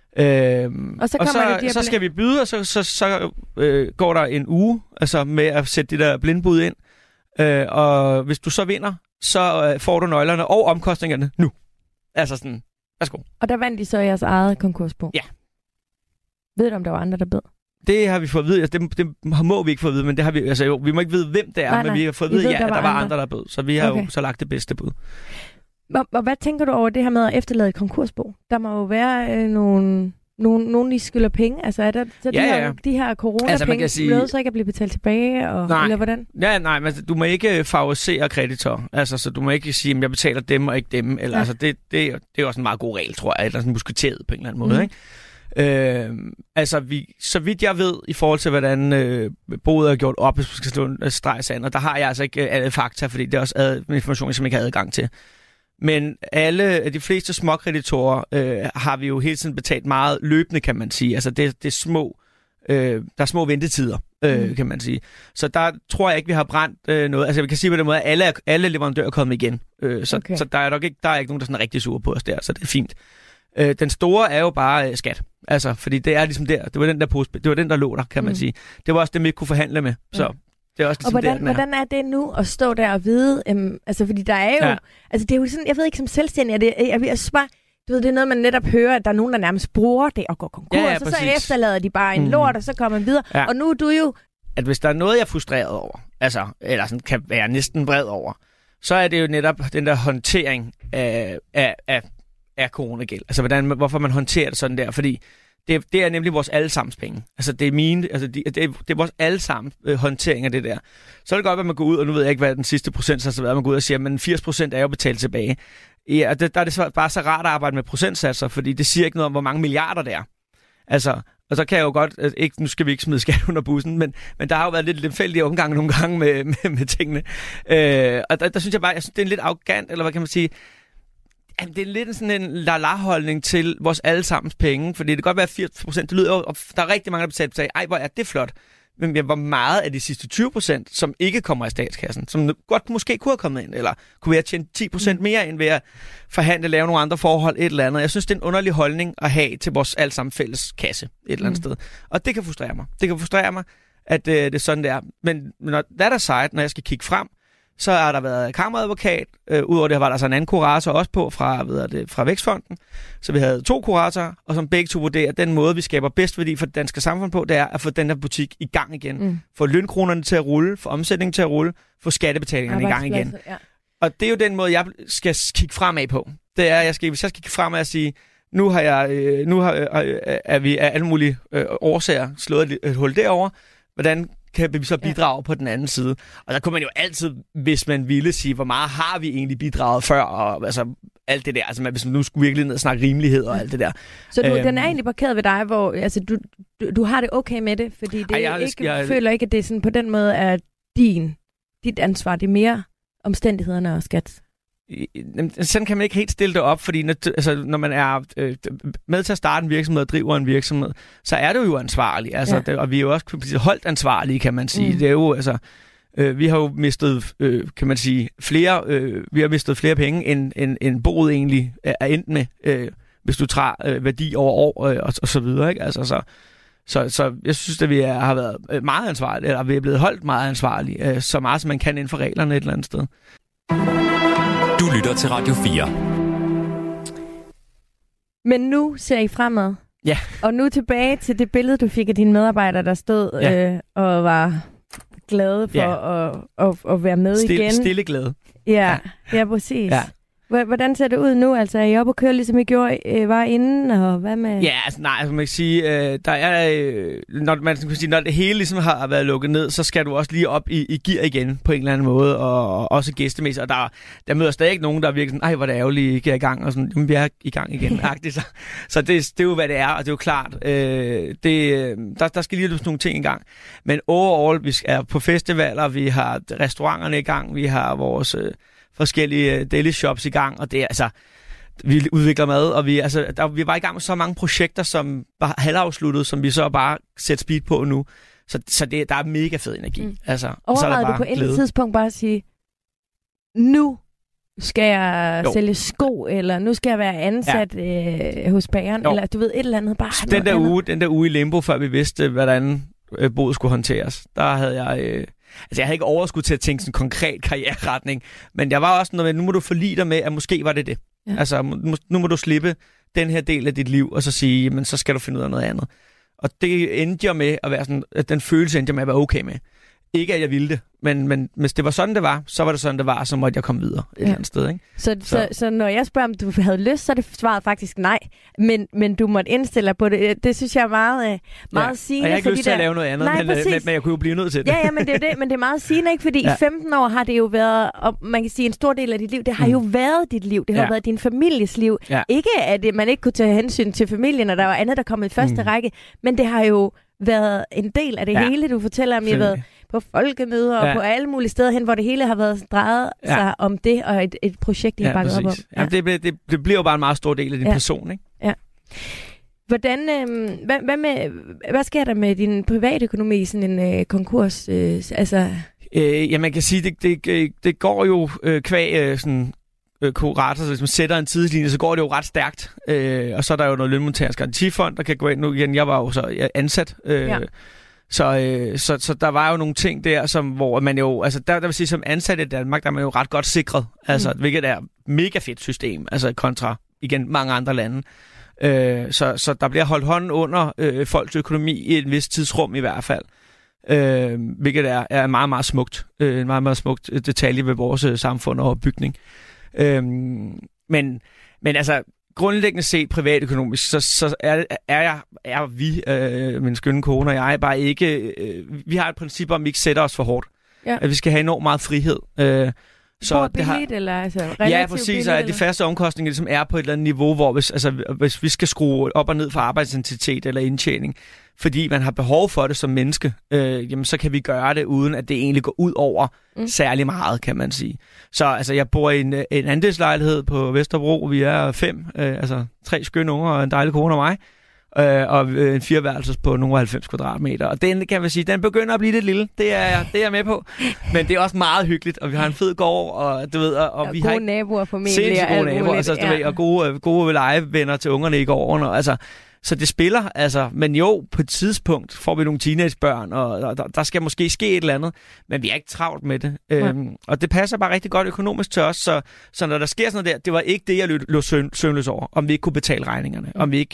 [SPEAKER 3] og så
[SPEAKER 4] skal vi byde, og så går der en uge altså med at sætte det der blindbud ind, og hvis du så vinder, så får du nøglerne og omkostningerne nu. Altså sådan, værsgo.
[SPEAKER 3] Og der vandt de så jeres eget konkursbo?
[SPEAKER 4] Ja.
[SPEAKER 3] Ved du, om der var andre, der bød?
[SPEAKER 4] Det har vi fået at vide. Altså, det må vi ikke få at vide, men det har vi, altså jo, vi må ikke vide, hvem det er, men vi har fået at vide, at der var andre, der bød. Så vi har jo så lagt det bedste bud.
[SPEAKER 3] Og hvad tænker du over det her med at efterlade et konkursbo? Der må jo være nogen, de skylder penge. Altså er der så de her corona-penge, altså, så ikke at blive betalt tilbage? Eller hvordan?
[SPEAKER 4] Ja, nej, men du må ikke favorisere kreditor. Altså, så du må ikke sige, at jeg betaler dem og ikke dem. Eller, altså, det er også en meget god regel, tror jeg. Eller sådan musketeret på en eller anden måde, ikke? Altså, så vidt jeg ved, i forhold til, hvordan boet er gjort op, hvis man skal slå en streg i sand, og der har jeg altså ikke alle fakta, fordi det er også information, som jeg ikke har adgang til. Men de fleste småkreditorer har vi jo hele tiden betalt meget løbende, kan man sige. Altså, det er små, der er små ventetider, kan man sige. Så der tror jeg ikke, vi har brændt noget. Altså, vi kan sige på den måde, at alle leverandører er kommet igen. Så der er nok ikke, nogen, der er sådan rigtig sure på os der, så det er fint. Den store er jo bare skat. Altså, fordi det er ligesom der. Det var den der lå der, kan man sige. Det var også det, vi ikke kunne forhandle med. Så det er også ligesom
[SPEAKER 3] og hvordan er det nu at stå der og vide, altså fordi der er jo, altså det er jo sådan, jeg ved ikke som selvstændig, jeg spørger, du ved, det er noget, man netop hører, at der er nogen, der nærmest bruger det og går konkurs, og så efterlader de bare en lort, og så kommer man videre. Ja. Og nu er du jo...
[SPEAKER 4] At hvis der er noget, jeg er frustreret over, altså, eller sådan kan være næsten vred over, så er det jo netop den der håndtering af coronagæld. Altså, hvorfor man håndterer det sådan der, fordi det er nemlig vores allesammens penge. Altså, det er mine, altså, det er vores allesammens håndtering af det der. Så er det godt, at man går ud, og nu ved jeg ikke, hvad den sidste procent har været, man går ud og siger, men 80% er jo betalt tilbage. Ja, der er det bare så rart at arbejde med procentsatser, fordi det siger ikke noget om, hvor mange milliarder det er. Altså, og så kan jeg jo godt, nu skal vi ikke smide skat under bussen, men der har jo været lidt lemfældige omgang nogle gange med tingene. Og der synes jeg bare, det er en lidt arrogant, eller hvad kan man sige, det er lidt sådan en la-la-holdning til vores allesammens penge, fordi det kan godt være 80%, det lyder jo, og der er rigtig mange, der betaler, ej, hvor er det flot. Men hvor meget af de sidste 20%, som ikke kommer i statskassen, som godt måske kunne have kommet ind, eller kunne være tjent 10% mere ind ved at forhandle, lave nogle andre forhold, et eller andet. Jeg synes, det er en underlig holdning at have til vores allesammen fælles kasse et eller andet sted. Og det kan frustrere mig. Det kan frustrere mig, at det er sådan, det er. Men når that aside, når jeg skal kigge frem, så har der været kammeradvokat. Udover det var der så en anden kurator også på fra Vækstfonden. Så vi havde 2 kuratorer, og som begge to vurderer, den måde, vi skaber bedst værdi for det danske samfund på, det er at få den her butik i gang igen. Få lønkronerne til at rulle, få omsætningen til at rulle, få skattebetalingerne i gang igen. Ja. Og det er jo den måde, jeg skal kigge fremad på. Det er, hvis jeg skal kigge fremad og sige, nu er vi af alle mulige årsager slået et hul derover. Hvordan kan vi så bidrage på den anden side? Og der kunne man jo altid, hvis man ville sige, hvor meget har vi egentlig bidraget før, og altså alt det der, altså hvis man nu skulle virkelig ned og snakke rimelighed og alt det der.
[SPEAKER 3] Så den er egentlig parkeret ved dig, hvor altså, du har det okay med det, fordi jeg føler ikke, at det er sådan, på den måde er dit ansvar, det er mere omstændighederne og skat.
[SPEAKER 4] Sådan kan man ikke helt stille det op, fordi når man er med til at starte en virksomhed og driver en virksomhed, så er du jo ansvarlig. Altså, og vi er jo også holdt ansvarlige, kan man sige. Det er jo, altså, vi har jo mistet, kan man sige, flere penge, end boet egentlig er endt med, hvis du tager værdi over år og så videre. Ikke? Altså, Så jeg synes, at vi har været meget ansvarlige, eller vi er blevet holdt meget ansvarlige, så meget som man kan inden for reglerne et eller andet sted.
[SPEAKER 2] Du lytter til Radio 4.
[SPEAKER 3] Men nu ser I fremad.
[SPEAKER 4] Ja.
[SPEAKER 3] Og nu tilbage til det billede, du fik af dine medarbejdere, der stod og var glade for at være med igen.
[SPEAKER 4] Stille glæde.
[SPEAKER 3] Ja, præcis. Ja. Hvordan ser det ud nu? Altså, er I oppe og køre, ligesom I gjorde, var inden, og hvad med?
[SPEAKER 4] Ja, altså nej, man kan sige, der er, når det hele ligesom har været lukket ned, så skal du også lige op i gear igen på en eller anden måde, og også gæstemæssigt. Og der møder stadig ikke nogen, der virker sådan, hvor det er ærgerligt, ikke er i gang, og sådan, jamen, vi er i gang igen. Så det er jo, hvad det er, og det er jo klart, der skal lige løbe nogle ting i gang. Men overall, vi er på festivaler, vi har restauranterne i gang, vi har vores forskellige deli shops i gang, og det er altså, vi udvikler mad, og vi var i gang med så mange projekter, som var halvafsluttet, som vi så bare sætter speed på nu. Så der er mega fed energi. Altså,
[SPEAKER 3] overvejede du på et tidspunkt bare at sige, nu skal jeg sælge sko, eller nu skal jeg være ansat hos bageren, eller du ved, et eller andet bare. Den der uge i limbo, før vi vidste, hvordan boet skulle håndteres, der havde jeg... jeg havde ikke overskud til at tænke sådan en konkret karriereretning, men jeg var også noget med, nu må du forlige dig med, at måske var det det. Ja. Altså, nu må du slippe den her del af dit liv, og så sige, men så skal du finde ud af noget andet. Og det endte jeg med at være sådan, at den følelse endte jeg med at være okay med. Ikke at jeg ville det, men hvis det var sådan, det var, så var det sådan, det var, og så måtte jeg komme videre et eller andet sted. Ikke? Så når jeg spørger, om du havde lyst, så er det svaret faktisk nej. Men du måtte indstille dig på det. Det synes jeg er meget sigende.
[SPEAKER 4] Og jeg har ikke lyst til at lave noget andet, men jeg kunne jo blive nødt til det.
[SPEAKER 3] Ja, men det er det. Men det er meget sigende, ikke? Fordi i 15 år har det jo været, og man kan sige, en stor del af dit liv, det har jo været dit liv. Det har været din families liv. Ja. Ikke at man ikke kunne tage hensyn til familien, og der var andet, der kom i første række, men det har jo været en del af det hele, du fortæller om. I har været på folkemøder og på alle mulige steder hen, hvor det hele har været drejet sig om det, og et projekt, I har bakket op om.
[SPEAKER 4] Ja. Det bliver jo bare en meget stor del af din person, ikke? Ja.
[SPEAKER 3] Hvordan, hvad sker der med din privatøkonomi i sådan en konkurs?
[SPEAKER 4] Man kan sige, det går jo kvæg sådan kurator, så hvis man sætter en tidslinje, så går det jo ret stærkt. Og så er der jo noget lønmodtagerens garantifond, der kan gå ind nu igen. Jeg var jo så ansat. Så der var jo nogle ting der, hvor man jo, altså der vil sige, som ansat i Danmark, der er man jo ret godt sikret. Altså, hvilket er et mega fedt system, altså kontra, igen, mange andre lande. Så der bliver holdt hånden under folks økonomi i et vist tidsrum i hvert fald. Hvilket er meget, meget smukt. En meget, meget smukt detalje ved vores samfund og bygning. Men altså, grundlæggende set privatøkonomisk, så er vi, min skønne kone og jeg, bare ikke... vi har et princip om, at vi ikke sætter os for hårdt. Ja. At vi skal have enormt meget frihed.
[SPEAKER 3] Så billigt, eller altså relativt?
[SPEAKER 4] Ja, præcis. Og de faste omkostninger ligesom er på et eller andet niveau, hvor hvis vi skal skrue op og ned for arbejdsintensitet eller indtjening, fordi man har behov for det som menneske, jamen så kan vi gøre det, uden at det egentlig går ud over særlig meget, kan man sige. Så altså, jeg bor i en andelslejlighed på Vesterbro. Vi er 5, 3 skønne unger og en dejlig kone og mig. Og en 4-værelses på nogle 90 kvadratmeter. Og den, kan man sige, den begynder at blive lidt lille. Det er jeg med på. Men det er også meget hyggeligt, og vi har en fed gård, og du ved, og vi har
[SPEAKER 3] gode naboer formentlig,
[SPEAKER 4] gode naboer, altså, du ved, og gode legevenner til ungerne i gården, og altså. Så det spiller, altså, men jo, på et tidspunkt får vi nogle teenagebørn, og der skal måske ske et eller andet, men vi er ikke travlt med det. Og det passer bare rigtig godt økonomisk til os, så når der sker sådan noget der, det var ikke det, jeg lå søvnløs over, om vi ikke kunne betale regningerne, om vi ikke,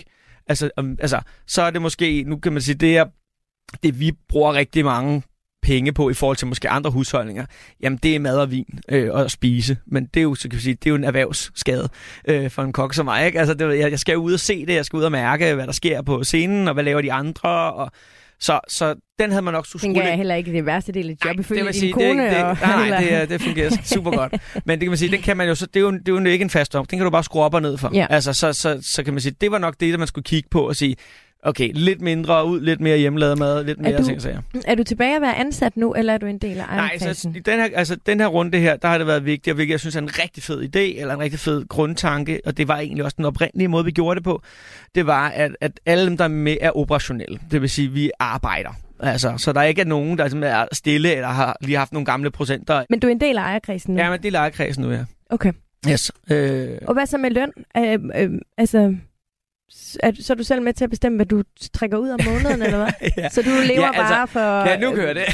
[SPEAKER 4] så er det måske, nu kan man sige, det vi bruger rigtig mange penge på i forhold til måske andre husholdninger, jamen det er mad og vin og spise, men det er jo, så kan vi sige, det er jo en erhvervsskade for en kok som mig, ikke? Altså jeg skal jo ud og se det, jeg skal ud og mærke, hvad der sker på scenen, og hvad laver de andre, og så den havde man nok skulle...
[SPEAKER 3] Tænker jeg heller ikke det værste del af job, ifølge din kone.
[SPEAKER 4] Det fungerer super godt. Men det kan man sige, den kan man jo, så det er jo ikke en fast om. Den kan du bare skrue op og ned for. Ja. Altså så kan man sige, det var nok det, der man skulle kigge på og sige, okay, lidt mindre ud, lidt mere hjemmelavet mad, lidt mere ting.
[SPEAKER 3] Er du tilbage at være ansat nu, eller er du en del af ejerkredsen?
[SPEAKER 4] Nej, så den her runde her, der har det været vigtigt, og hvilket jeg synes er en rigtig fed idé, eller en rigtig fed grundtanke, og det var egentlig også den oprindelige måde, vi gjorde det på. Det var, at alle dem, der er med, er operationelle. Det vil sige, at vi arbejder. Altså, så der ikke er nogen, der er stille, eller har lige haft nogle gamle procenter.
[SPEAKER 3] Men du er en del af ejerkredsen nu?
[SPEAKER 4] Ja, men en del af ejerkredsen nu, ja.
[SPEAKER 3] Okay.
[SPEAKER 4] Yes.
[SPEAKER 3] Og hvad så med løn? så er du selv med til at bestemme, hvad du trækker ud om måneden, eller hvad? Ja. Så du lever bare for...
[SPEAKER 4] Ja, nu kører det.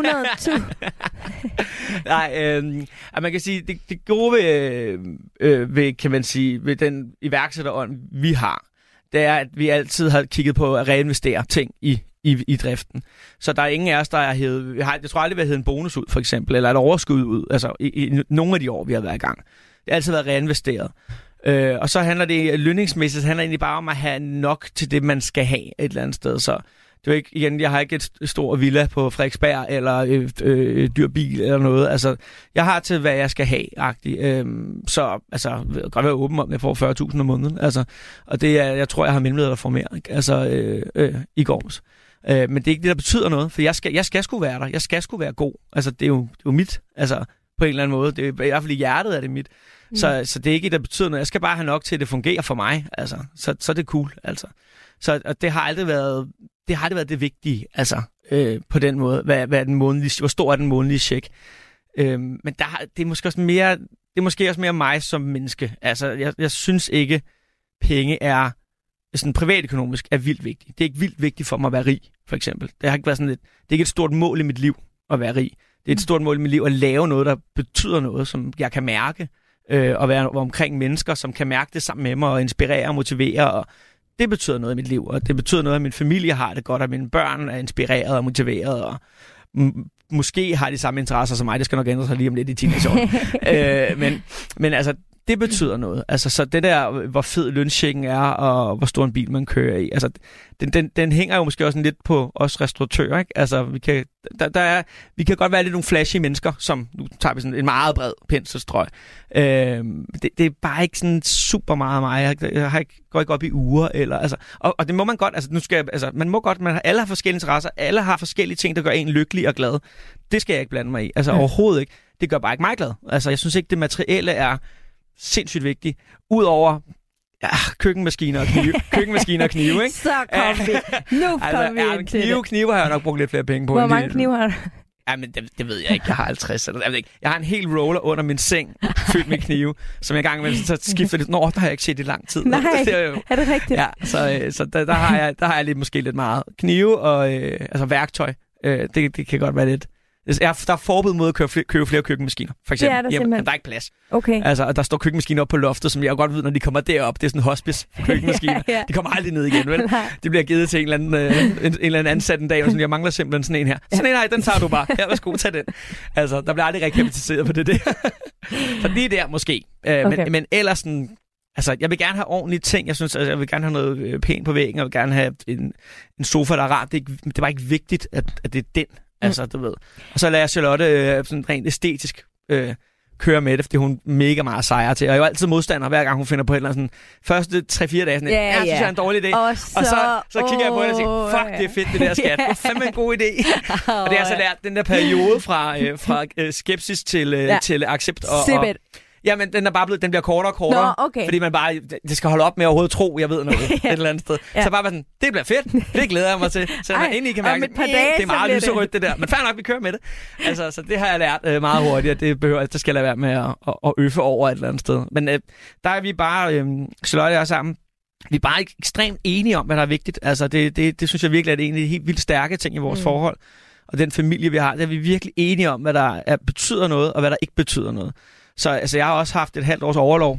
[SPEAKER 3] 400.000.
[SPEAKER 4] Nej, man kan sige, det gode ved, kan man sige, ved den iværksætterånd, vi har, det er, at vi altid har kigget på at reinvestere ting i driften. Så der er ingen af os, der har hævet... Jeg tror aldrig, vi har hævet en bonus ud, for eksempel, eller et overskud ud, altså i nogle af de år, vi har været i gang. Det har altid været reinvesteret. Og så handler det lønningsmæssigt egentlig bare om at have nok til det, man skal have et eller andet sted. Så det er ikke, igen, jeg har ikke et stor villa på Frederiksberg, eller dyr bil, eller noget. Altså, jeg har til, hvad jeg skal have-agtigt. Så altså, jeg vil godt være åben om, at jeg får 40.000 om måneden. Altså, og det er, jeg tror, jeg har mellemleder, der får mere. Ikke? Altså, i gårs. Men det er ikke det, der betyder noget, for jeg skal sgu være der. Jeg skal sgu være god. Altså, det er jo mit, altså, på en eller anden måde. Det er i hvert fald i hjertet, er det mit. Så det er ikke det, der betyder noget. Jeg skal bare have nok til, at det fungerer for mig. Altså, så er det cool. Altså. Så og det har aldrig været det vigtige, altså, på den måde. Hvad er den månedlige, hvor stor er den månedlige check? Men det er måske også mere mig som menneske. Altså, jeg synes ikke, penge er sådan privatøkonomisk er vildt vigtigt. Det er ikke vildt vigtigt for mig at være rig, for eksempel. Det har ikke været sådan det er ikke et stort mål i mit liv at være rig. Det er et stort mål i mit liv at lave noget, der betyder noget, som jeg kan mærke, og være omkring mennesker, som kan mærke det sammen med mig, og inspirere og motivere, og det betyder noget i mit liv, og det betyder noget, at min familie har det godt, og mine børn er inspireret og motiveret, og måske har de samme interesser som mig. Det skal nok ændre sig lige om lidt i teenageårene. Men altså, det betyder noget. Altså, så det der, hvor fed lønchecken er, og hvor stor en bil man kører i, altså, den hænger jo måske også lidt på os restauratører, ikke? Altså, vi kan godt være lidt nogle flashy mennesker, som, nu tager vi sådan en meget bred penselstrøg. Det er bare ikke sådan super meget mig. Jeg går ikke op i uger, eller, altså, og det må man godt, altså, man må godt, alle har forskellige interesser, alle har forskellige ting, der gør en lykkelig og glad. Det skal jeg ikke blande mig i. Altså, overhovedet ikke. Det gør bare ikke mig glad. Altså, jeg synes ikke, det materielle er sindssygt vigtigt. Udover køkkenmaskiner og knive, ikke?
[SPEAKER 3] Så kom vi. Nu kom vi ind til det.
[SPEAKER 4] Knive har jeg nok brugt lidt flere penge på.
[SPEAKER 3] Hvor mange knive har du?
[SPEAKER 4] Ja, men det ved jeg ikke. Jeg har 50 eller jeg ved ikke. Jeg har en hel roller under min seng fyldt med knive, som jeg gang med så skifter lidt. Der har jeg ikke set i lang tid.
[SPEAKER 3] Nej, er det rigtigt?
[SPEAKER 4] Ja, så der har jeg lidt, måske lidt meget knive og altså værktøj. Det kan godt være lidt. Der er forbud mod at købe flere køkkenmaskiner, for eksempel.
[SPEAKER 3] Det er der simpelthen.
[SPEAKER 4] Der er ikke plads.
[SPEAKER 3] Okay.
[SPEAKER 4] Altså, der står køkkenmaskiner op på loftet, som jeg godt ved, når de kommer derop. Det er sådan en hospice køkkenmaskiner. Ja. De kommer aldrig ned igen, vel? Det bliver givet til en eller anden ansat en dag, og sådan, jeg mangler simpelthen sådan en her. Sådan en her, den tager du bare. Ja, værsgo, tag den. Altså, der bliver aldrig rekapitaliseret på det der. Så lige der måske. Okay. Men ellers sådan... Altså, jeg vil gerne have ordentlige ting. Jeg synes, jeg vil gerne have noget pænt på væggen. Jeg vil gerne have en sofa, der er rart. Det er bare ikke vigtigt, at det er den. Altså, du ved. Og så lader jeg Charlotte sådan rent æstetisk køre med det, fordi hun er mega meget sejre til. Og jeg er jo altid modstander, hver gang hun finder på et eller andet sådan, første 3-4 dage sådan, jeg synes, jeg er en dårlig idé. Og så kigger jeg på hende og siger, fuck, det er fedt, det der skat. Det er fandme en god idé. Og det har så lært den der periode fra skepsis til accept. Jamen, den bliver kortere og kortere, fordi man bare, det skal holde op med at overhovedet tro, jeg ved noget et eller andet sted. Så bare sådan, det bliver fedt, det glæder jeg mig til. Så man endelig kan mærke, det er meget lyserødt det der. Men fair nok, vi kører med det. Altså, så det har jeg lært meget hurtigt, det skal jeg lade være med at øffe over et eller andet sted. Men der er vi bare, Charlotte og jeg sammen, vi er bare ekstremt enige om, hvad der er vigtigt. Altså, det synes jeg virkelig er en af de helt vildt stærke ting i vores forhold. Og den familie, vi har, der er vi virkelig enige om, hvad der betyder noget, og hvad der ikke betyder noget. Så altså, jeg har også haft et halvt års overlov,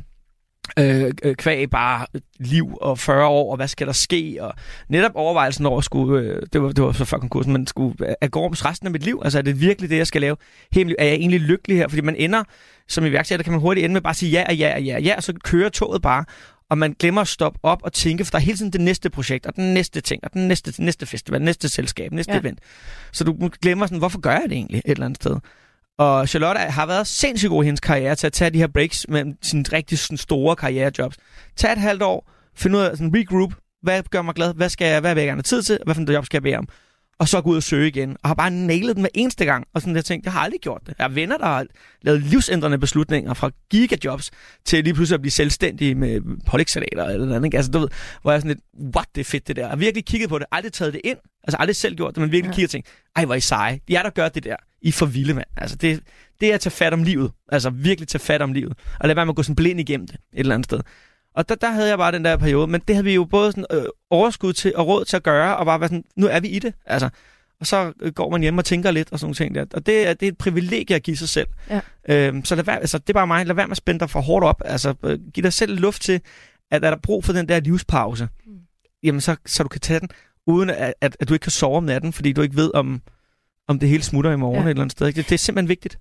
[SPEAKER 4] kvæg bare liv og 40 år, og hvad skal der ske, og netop overvejelsen over skulle, det var så før konkursen, men skulle gå resten af mit liv, altså er det virkelig det, jeg skal lave? Er jeg egentlig lykkelig her? Fordi man ender, som iværksætter, kan man hurtigt ende med bare at sige ja, og så kører toget bare, og man glemmer at stoppe op og tænke, for der er hele tiden det næste projekt, og den næste ting, og den næste festival, næste selskab, næste event. Så du glemmer sådan, hvorfor gør jeg det egentlig et eller andet sted? Og Charlotte har været sindssygt god i hendes karriere til at tage de her breaks med sine rigtig sådan store karrierejobs. Tag et halvt år, finde ud af sådan regroup, hvad gør mig glad, hvad vil jeg gerne have tid til, hvad for en job skal jeg bede om? Og så gå ud og søge igen. Og har bare nailet den hver eneste gang. Og sådan jeg tænkte, jeg har aldrig gjort det. Jeg har venner, der har lavet livsændrende beslutninger fra gigajobs til lige pludselig at blive selvstændige med pålægssalater eller noget. Altså du ved, hvor jeg sådan lidt, what, det er fedt det der. Jeg har virkelig kigget på det, aldrig taget det ind. Altså aldrig selv gjort det, men virkelig kigget og tænkt, ej hvor er I seje. De er der gør det der. I er for vilde, mand. Altså det er at tage fat om livet. Altså virkelig tage fat om livet. Og lad være med at gå sådan blind igennem det et eller andet sted. Og der havde jeg bare den der periode, men det havde vi jo både sådan, overskud til og råd til at gøre, og bare være sådan, nu er vi i det, altså. Og så går man hjem og tænker lidt og sådan nogle ting der. Og det er et privilegie at give sig selv. Ja. Så det er bare mig. Lad være med at spænde dig for hårdt op. Altså, giv dig selv luft til, at er der brug for den der livspause, jamen så du kan tage den, uden at du ikke kan sove om natten, fordi du ikke ved, om det hele smutter i morgen et eller andet sted. Det er simpelthen vigtigt.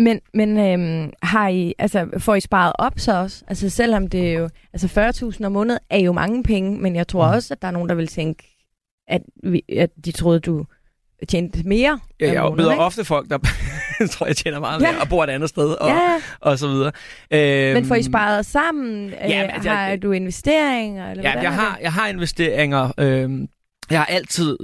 [SPEAKER 3] Men har I, altså, får I sparet op så også? Altså selvom det er jo, altså 40.000 om måneden er jo mange penge, men jeg tror også, at der er nogen, der vil tænke, at de troede, du tjente mere.
[SPEAKER 4] Ja, jeg møder ofte folk, der tror jeg tjener meget mere, og bor et andet sted, og så videre.
[SPEAKER 3] Men får I sparet sammen? Har du investeringer? Eller
[SPEAKER 4] jeg har investeringer. Jeg har altid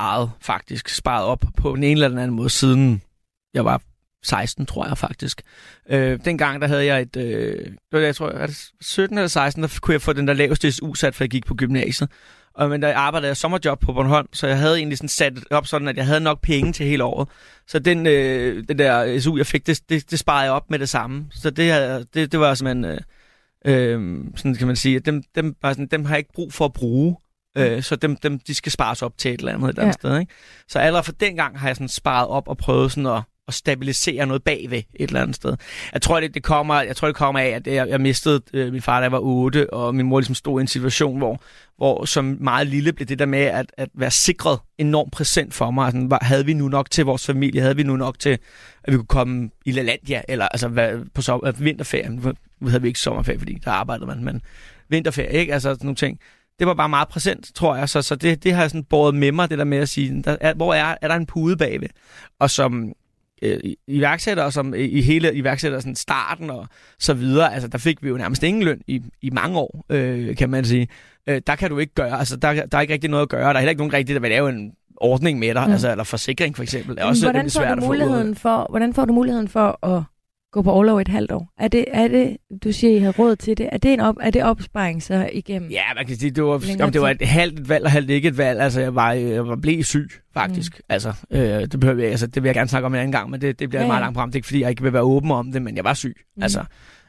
[SPEAKER 4] sparet op på en eller anden måde, siden jeg var 16, tror jeg faktisk. Dengang, der havde jeg jeg tror, 17 eller 16, der kunne jeg få den der laveste SU sat, for jeg gik på gymnasiet. Men der arbejdede jeg sommerjob på Bornholm, så jeg havde egentlig sådan sat op sådan, at jeg havde nok penge til hele året. Så den der SU, jeg fik, det sparede jeg op med det samme. Så det var simpelthen, sådan kan man sige, at dem har jeg ikke brug for at bruge. Så de skal spares op til et eller andet sted. Ikke? Så allerede fra dengang har jeg sådan sparet op og prøvet sådan at stabilisere noget bagved et eller andet sted. Jeg tror, det kommer af, at jeg mistede min far, da jeg var 8, og min mor ligesom stod i en situation, hvor som meget lille blev det der med at være sikret enormt præsent for mig. Altså, havde vi nu nok til vores familie? Havde vi nu nok til, at vi kunne komme i LaLandia? Eller altså på vinterferien? Nu havde vi ikke sommerferie, fordi der arbejdede man, men vinterferie, ikke? Altså sådan nogle ting. Det var bare meget præsent, tror jeg. Så det har jeg sådan båret med mig, det der med at sige, hvor er der en pude bagved? Og som iværksætter, og som i hele iværksætter sådan starten og så videre, altså der fik vi jo nærmest ingen løn i mange år, kan man sige. Der kan du ikke gøre, altså der er ikke rigtig noget at gøre. Der er heller ikke nogen rigtig, der vil lave en ordning med dig, altså, eller forsikring for eksempel. Det er også
[SPEAKER 3] hvordan får du muligheden for at gå på orlov et halvt år? Er det du siger, I har råd til det? Er det opsparing så igennem?
[SPEAKER 4] Ja, man kan sige, det var et halvt valg og halvt ikke et valg. Altså, jeg blev syg, faktisk. Altså, det vil jeg gerne snakke om en anden gang, men det bliver et meget langt program. Det er ikke, fordi jeg ikke vil være åben om det, men jeg var syg. Altså,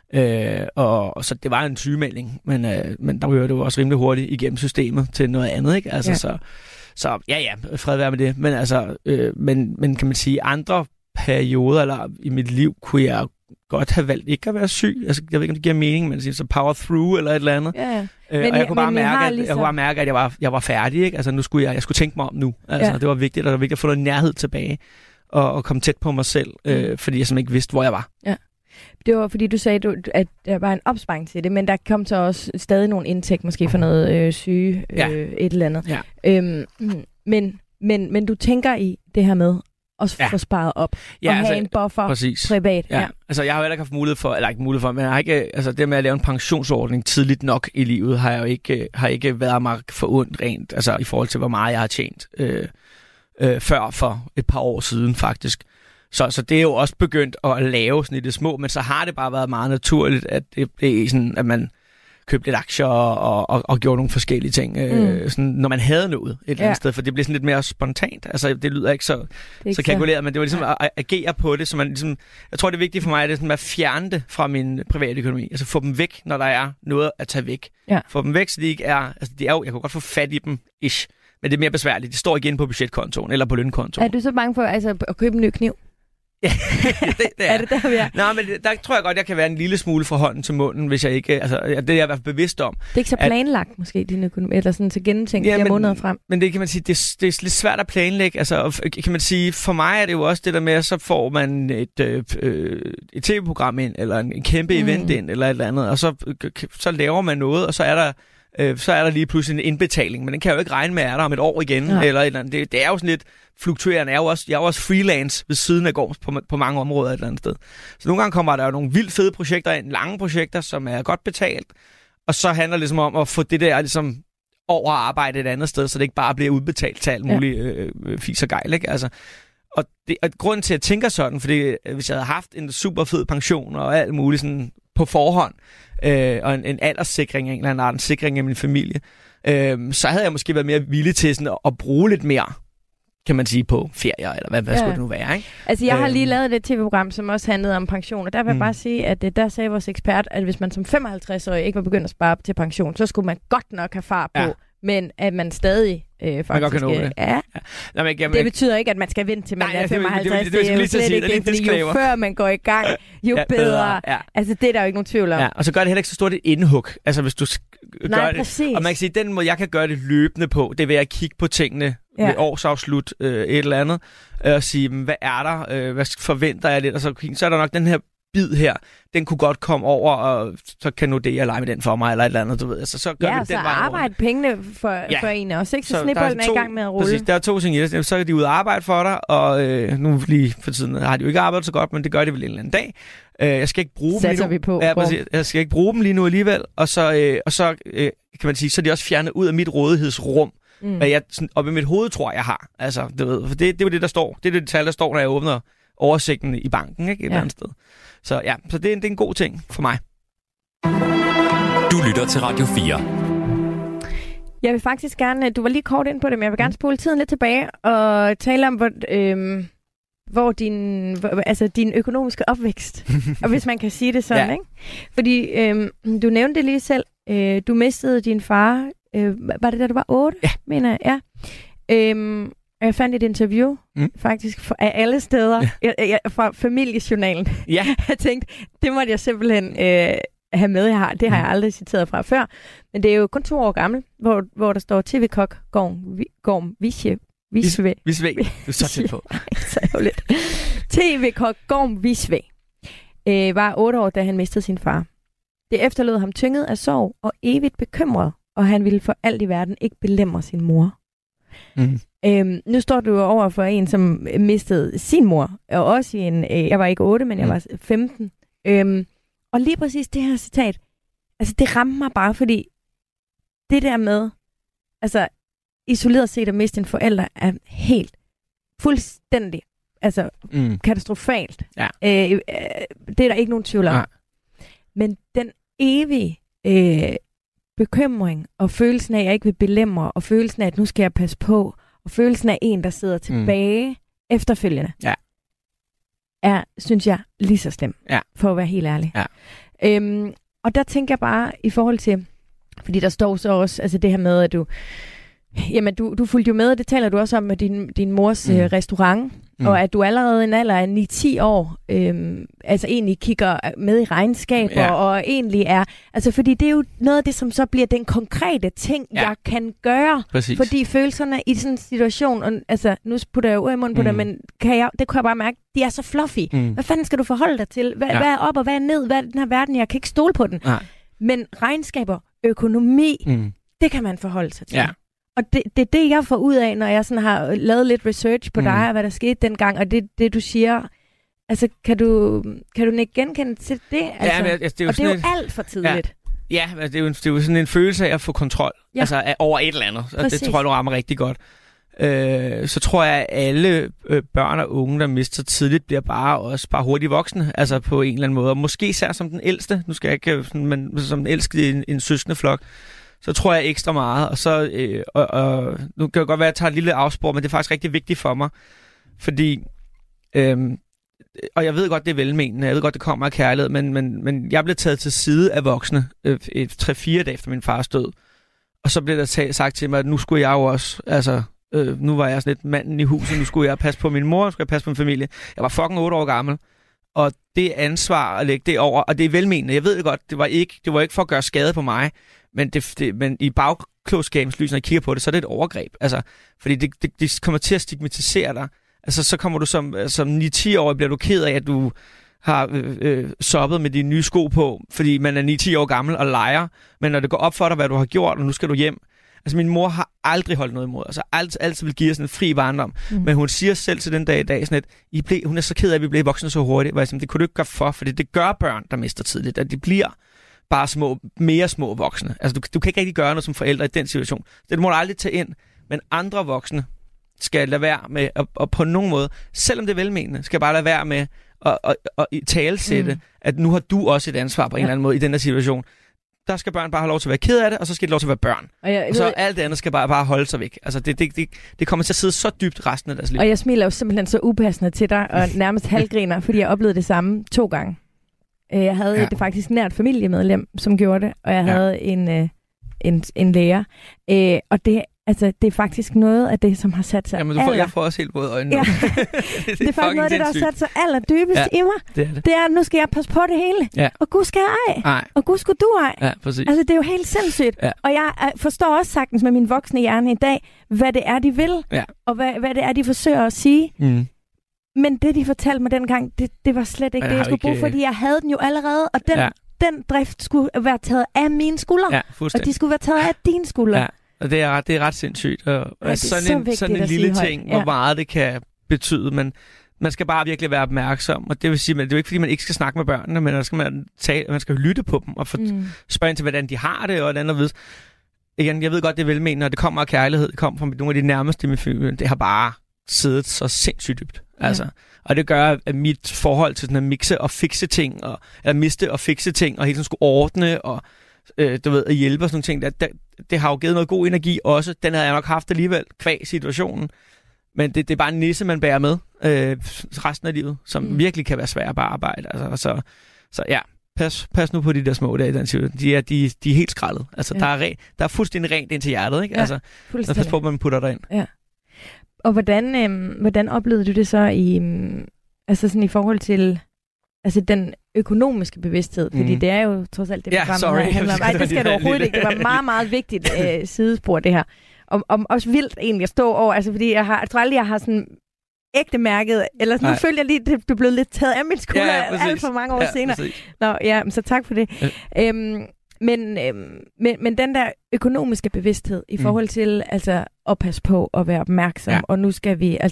[SPEAKER 4] og så det var en sygemelding, men der rørte det jo også rimelig hurtigt igennem systemet til noget andet, ikke? Altså, så fred være med det. Men altså, men kan man sige, andre perioder eller i mit liv kunne jeg godt have valgt ikke at være syg. Altså, jeg ved ikke, om det giver mening, men så power through eller et eller andet. Ja. Og jeg kunne bare mærke, at jeg var færdig, ikke? Altså, jeg skulle tænke mig om nu. Altså, det var vigtigt, og det var vigtigt at få noget nærhed tilbage og komme tæt på mig selv, fordi jeg simpelthen ikke vidste, hvor jeg var. Ja.
[SPEAKER 3] Det var fordi, du sagde, at der var en opsparing til det, men der kom så også stadig nogle indtægt, måske for noget syge, et eller andet. Ja. Men du tænker i det her med også få sparet op og have en buffer privat.
[SPEAKER 4] Ja. Altså, jeg har jo heller ikke haft mulighed for, men jeg har ikke, altså det med at lave en pensionsordning tidligt nok i livet, har jeg jo ikke været mig forundt rent, altså i forhold til, hvor meget jeg har tjent før for et par år siden, faktisk. Så det er jo også begyndt at lave sådan i det små, men så har det bare været meget naturligt, at det blev sådan, at man købte lidt aktier og gjorde nogle forskellige ting, sådan, når man havde noget et eller andet sted, for det blev sådan lidt mere spontant. Altså, det lyder ikke så kalkuleret, men det var ligesom at agere på det, så man ligesom, jeg tror, det er vigtigt for mig, at det er sådan at fjerne det fra min private økonomi. Altså få dem væk, når der er noget at tage væk. Ja. Få dem væk, så de ikke er, altså de er jo, jeg kan godt få fat i dem, men det er mere besværligt. Det står igen på budgetkontoen eller på lønkontoen.
[SPEAKER 3] Er du så bange for at købe en ny kniv?
[SPEAKER 4] Ja, det
[SPEAKER 3] er det der, vi er?
[SPEAKER 4] Nej, men der tror jeg godt, jeg kan være en lille smule fra hånden til munden, hvis jeg ikke, altså det er jeg i hvert fald bevidst om.
[SPEAKER 3] Det er ikke så planlagt måske, din økonomi, eller sådan så gennemtænkt flere måneder frem.
[SPEAKER 4] Men det kan man sige, det er lidt svært at planlægge. Altså kan man sige, for mig er det jo også det der med, at så får man et tv-program ind, eller en kæmpe event ind, eller et eller andet, og så laver man noget, og så er der lige pludselig en indbetaling, men den kan jeg jo ikke regne med, er der om et år igen, eller et eller andet. Det er jo sådan lidt fluktuerende. Jeg er jo også freelance ved siden af gårds på mange områder et eller andet sted. Så nogle gange kommer der jo nogle vildt fede projekter ind, lange projekter, som er godt betalt, og så handler det ligesom om at få det der ligesom over at arbejde et andet sted, så det ikke bare bliver udbetalt til alt muligt fis og gejl, ikke? Altså, og grunden til, at jeg tænker sådan, fordi hvis jeg havde haft en super fed pension og alt muligt sådan på forhånd, og en alderssikring, en eller anden sikring af min familie, så havde jeg måske været mere villig til sådan at bruge lidt mere kan man sige, på ferier, eller hvad skulle det nu være, ikke?
[SPEAKER 3] Altså, jeg har lige lavet et tv-program, som også handlede om pension, og der vil jeg bare sige, at der sagde vores ekspert, at hvis man som 55-årig ikke var begyndt at spare op til pension, så skulle man godt nok have far på, men at man stadig faktisk... Det betyder ikke, at man skal vente til man er 55. Det er jo slet ikke det, fordi jo før man går i gang, jo bedre. Ja. Altså, det er der jo ikke nogen tvivl om.
[SPEAKER 4] Ja, og så gør det heller ikke så stort et indhug. Altså, hvis du gør
[SPEAKER 3] præcis.
[SPEAKER 4] Det. Og man kan sige, den måde, jeg kan gøre det løbende på, det er ved at kigge på tingene ved årsafslut, et eller andet, og sige, hvad er der? Hvad forventer jeg lidt? Og så er der nok den her bid her, den kunne godt komme over, og så kan Nordea lege med den for mig, eller et eller andet, du ved. Altså, så gør vi
[SPEAKER 3] så
[SPEAKER 4] den vej
[SPEAKER 3] arbejde pengene for en også, ikke? Så snibolden er i gang med at rulle.
[SPEAKER 4] Præcis, der er 2 ting i det. Så er de ude at arbejde for dig, og nu lige for tiden har de jo ikke arbejdet så godt, men det gør de vel en eller anden dag. Jeg skal ikke bruge dem lige nu. Jeg skal ikke bruge dem lige nu alligevel, og så kan man sige, så er de også fjernet ud af mit rådighedsrum, hvad jeg sådan, op i mit hoved tror, jeg har. Altså, du ved, for det er jo det, der står. Det er det tal, der står, når jeg åbner oversigten i banken, ikke? Et eller andet sted. Så ja, så det er en god ting for mig.
[SPEAKER 2] Du lytter til Radio 4.
[SPEAKER 3] Jeg vil faktisk gerne, du var lige kort ind på det, men jeg vil gerne spole tiden lidt tilbage og tale om, hvor din økonomiske opvækst, og hvis man kan sige det sådan, ikke? Fordi du nævnte det lige selv, du mistede din far, var det da du var 8, mener jeg? Ja. Jeg fandt et interview, faktisk, af alle steder, fra familiejournalen. Ja. Jeg tænkte, det måtte jeg simpelthen have med. Det har jeg aldrig citeret fra før. Men det er jo kun 2 år gammel, hvor der står TV-kok Gorm Visve.
[SPEAKER 4] Du er så tæt på.
[SPEAKER 3] TV-kok Gorm Visve var 8 år, da han mistede sin far. Det efterlod ham tynget af sorg og evigt bekymret, og han ville for alt i verden ikke belemre sin mor. Nu står du over for en, som mistede sin mor, og også jeg var ikke 8, men jeg var 15. Og lige præcis det her citat, altså det ramte mig bare, fordi det der med, altså isoleret set at miste en forælder, er helt fuldstændig, altså katastrofalt. Ja. Det er der ikke nogen tvivl om. Ja. Men den evige bekymring, og følelsen af, at jeg ikke vil belemre, og følelsen af, at nu skal jeg passe på, og følelsen af en, der sidder tilbage efterfølgende, er, synes jeg, lige så slem, for at være helt ærlig. Ja. Og der tænker jeg bare, i forhold til, fordi der står så også, altså det her med, at du fulgte jo med, og det taler du også om med din mors restaurant, og at du allerede i en alder af 9-10 år, altså egentlig kigger med i regnskaber, og egentlig er, altså fordi det er jo noget af det, som så bliver den konkrete ting, jeg kan gøre. Præcis. Fordi følelserne i sådan en situation, og, altså nu putter jeg jo ord i munden på det, men det kunne jeg bare mærke, de er så fluffy. Hvad fanden skal du forholde dig til? Hvad er op og hvad er ned? Hvad er den her verden? Jeg kan ikke stole på den. Men regnskaber, økonomi, det kan man forholde sig til. Ja. Og det er det, jeg får ud af, når jeg sådan har lavet lidt research på dig, og hvad der skete dengang, og det du siger, altså kan du ikke genkende til det? Altså, men, det er jo og det er jo alt for tidligt.
[SPEAKER 4] Ja, det er jo sådan en følelse af at få kontrol, altså over et eller andet, og det tror jeg, du rammer rigtig godt. Så tror jeg, at alle børn og unge, der mister tidligt, bliver bare hurtigt voksne, altså på en eller anden måde, og måske især som den ældste, nu skal jeg ikke, men som den ældste i en søskendeflok, så tror jeg ekstra meget, og så nu kan det godt være, at jeg tager et lille afspor, men det er faktisk rigtig vigtigt for mig, fordi, og jeg ved godt, det er velmenende, jeg ved godt, det kommer af kærlighed, men jeg blev taget til side af voksne 3-4 dage efter min fars død, og så blev der sagt til mig, at nu skulle jeg jo også, altså, nu var jeg sådan lidt manden i huset, nu skulle jeg passe på min mor, nu skulle jeg passe på min familie. Jeg var fucking 8 år gammel, og det ansvar at lægge det over, og det er velmenende, jeg ved det godt, det var ikke for at gøre skade på mig, men i bagklogskabens lys, når jeg kigger på det, så er det et overgreb. Altså, fordi det kommer til at stigmatisere dig. Altså, så kommer du som 9-10-årig, bliver du ked af, at du har soppet med dine nye sko på, fordi man er 9-10 år gammel og leger. Men når det går op for dig, hvad du har gjort, og nu skal du hjem. Altså, min mor har aldrig holdt noget imod. Altså, altid vil give os en fri barndom. Men hun siger selv til den dag i dag, sådan at hun er så ked af, at vi blev voksne så hurtigt. Det kunne du ikke gøre for, fordi det gør børn, der mister tidligt, at de bliver bare mere små voksne. Altså, du kan ikke rigtig gøre noget som forældre i den situation. Det må du aldrig tage ind, men andre voksne skal lade være med, og på nogen måde, selvom det er velmenende, skal bare lade være med at talesætte, at nu har du også et ansvar på en eller anden måde i den her situation. der skal børn bare have lov til at være ked af det, og så skal de lov til at være børn. Og så alt det andet skal bare holde sig væk. Altså, det kommer til at sidde så dybt resten af deres liv.
[SPEAKER 3] Og jeg smiler jo simpelthen så upassende til dig, og nærmest halvgriner, fordi jeg oplevede det samme 2 gange. Jeg havde det faktisk nært familiemedlem, som gjorde det, og jeg havde en lærer. Og det er faktisk noget af det, som har sat sig
[SPEAKER 4] jeg får også helt våde øjne. Ja.
[SPEAKER 3] det er faktisk noget af det, der har sat sig allerdybest i mig. Det er, nu skal jeg passe på det hele. Ja. Og Gud skal jeg ej. Og Gud skal du ej.
[SPEAKER 4] Ja, præcis.
[SPEAKER 3] Altså, det er jo helt sindssygt. Ja. Og jeg forstår også sagtens med min voksne hjerne i dag, hvad det er, de vil. Ja. Og hvad det er, de forsøger at sige. Mm. Men det, de fortalte mig dengang, det var slet ikke det, jeg skulle bruge, fordi jeg havde den jo allerede. Og den drift skulle være taget af mine skuldre. Ja, og de skulle være taget af dine skuldre. Ja. Og
[SPEAKER 4] det er ret sindssygt. Og sådan en lille ting, hvor meget det kan betyde. Men man skal bare virkelig være opmærksom. Og det vil sige, at det er jo ikke, fordi man ikke skal snakke med børnene, men der skal man skal lytte på dem og spørge ind til, hvordan de har det, og hvordan ved. Igen, jeg ved godt, det er velmenende, og det kommer af kærlighed. Det kommer fra nogle af de nærmeste i min familie. Det har bare siddet så sindssygt dybt. Altså. Og det gør, at mit forhold til sådan at mixe og fikse ting, eller miste og fikse ting, og hele tiden skulle ordne, og at hjælpe og sådan nogle ting, det har jo givet noget god energi også. Den havde jeg nok haft alligevel, kvæg situationen. Men det er bare en nisse, man bærer med resten af livet, som virkelig kan være svært at arbejde. Altså, så ja, pas nu på de der små dage i den situation. De er helt skrællet. Altså, der er fuldstændig rent ind til hjertet, ikke? Ja, altså, så pas på, at man putter derind. Ja.
[SPEAKER 3] Og hvordan oplevede du det så i forhold til den økonomiske bevidsthed? Fordi det er jo trods alt det program, der handler om. Det skal du overhovedet ikke. Det var meget, meget vigtigt sidespor, det her. Om også vildt egentlig at stå over, altså fordi jeg tror aldrig, jeg har sådan ægte mærket, eller nu føler jeg lige, at du er blevet lidt taget af min skulder alt for mange år senere. Nå, ja, så tak for det. Ja. Men den der økonomiske bevidsthed i forhold til altså at passe på og være opmærksom, og nu skal vi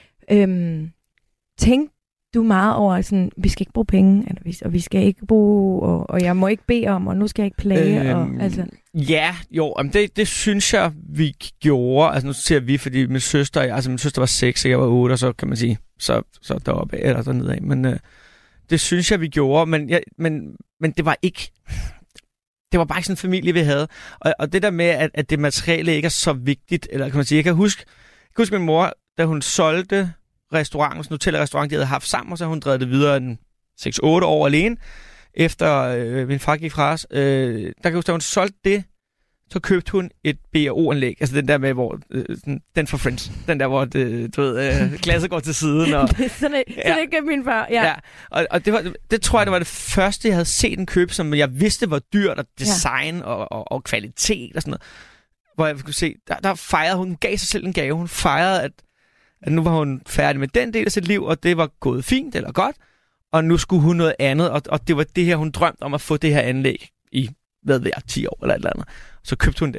[SPEAKER 3] tænke du meget over sådan, vi skal ikke bruge penge, og vi skal ikke bruge, og jeg må ikke bede om, og nu skal jeg ikke plage.
[SPEAKER 4] Ja, det synes jeg, vi gjorde. Altså nu siger vi, fordi min søster var 6, og jeg var 8, og så kan man sige, så deroppe eller dernede af. Men det synes jeg, vi gjorde, men det var ikke... Det var bare ikke sådan en familie, vi havde. Og det der med, at det materielle ikke er så vigtigt, eller kan man sige, jeg kan huske min mor, da hun solgte restauranten, sådan en hotelrestaurant, de havde haft sammen, og så hun drevet det videre en 6-8 år alene, efter min far gik fra os. Der kan huske, da hun solgte det, så købte hun et B&O-anlæg. Altså den der med, hvor... den for Friends. Den der, hvor glasset går til siden. Og,
[SPEAKER 3] sådan købte min far, ja.
[SPEAKER 4] Og det tror jeg, det var det første, jeg havde set en køb, som jeg vidste var dyrt, og design og kvalitet og sådan noget. Hvor jeg kunne se, der fejrede hun, gav sig selv en gave. Hun fejrede, at nu var hun færdig med den del af sit liv, og det var gået fint eller godt, og nu skulle hun noget andet, og det var det her, hun drømte om at få det her anlæg i, 10 år eller et eller andet. Så købte hun det.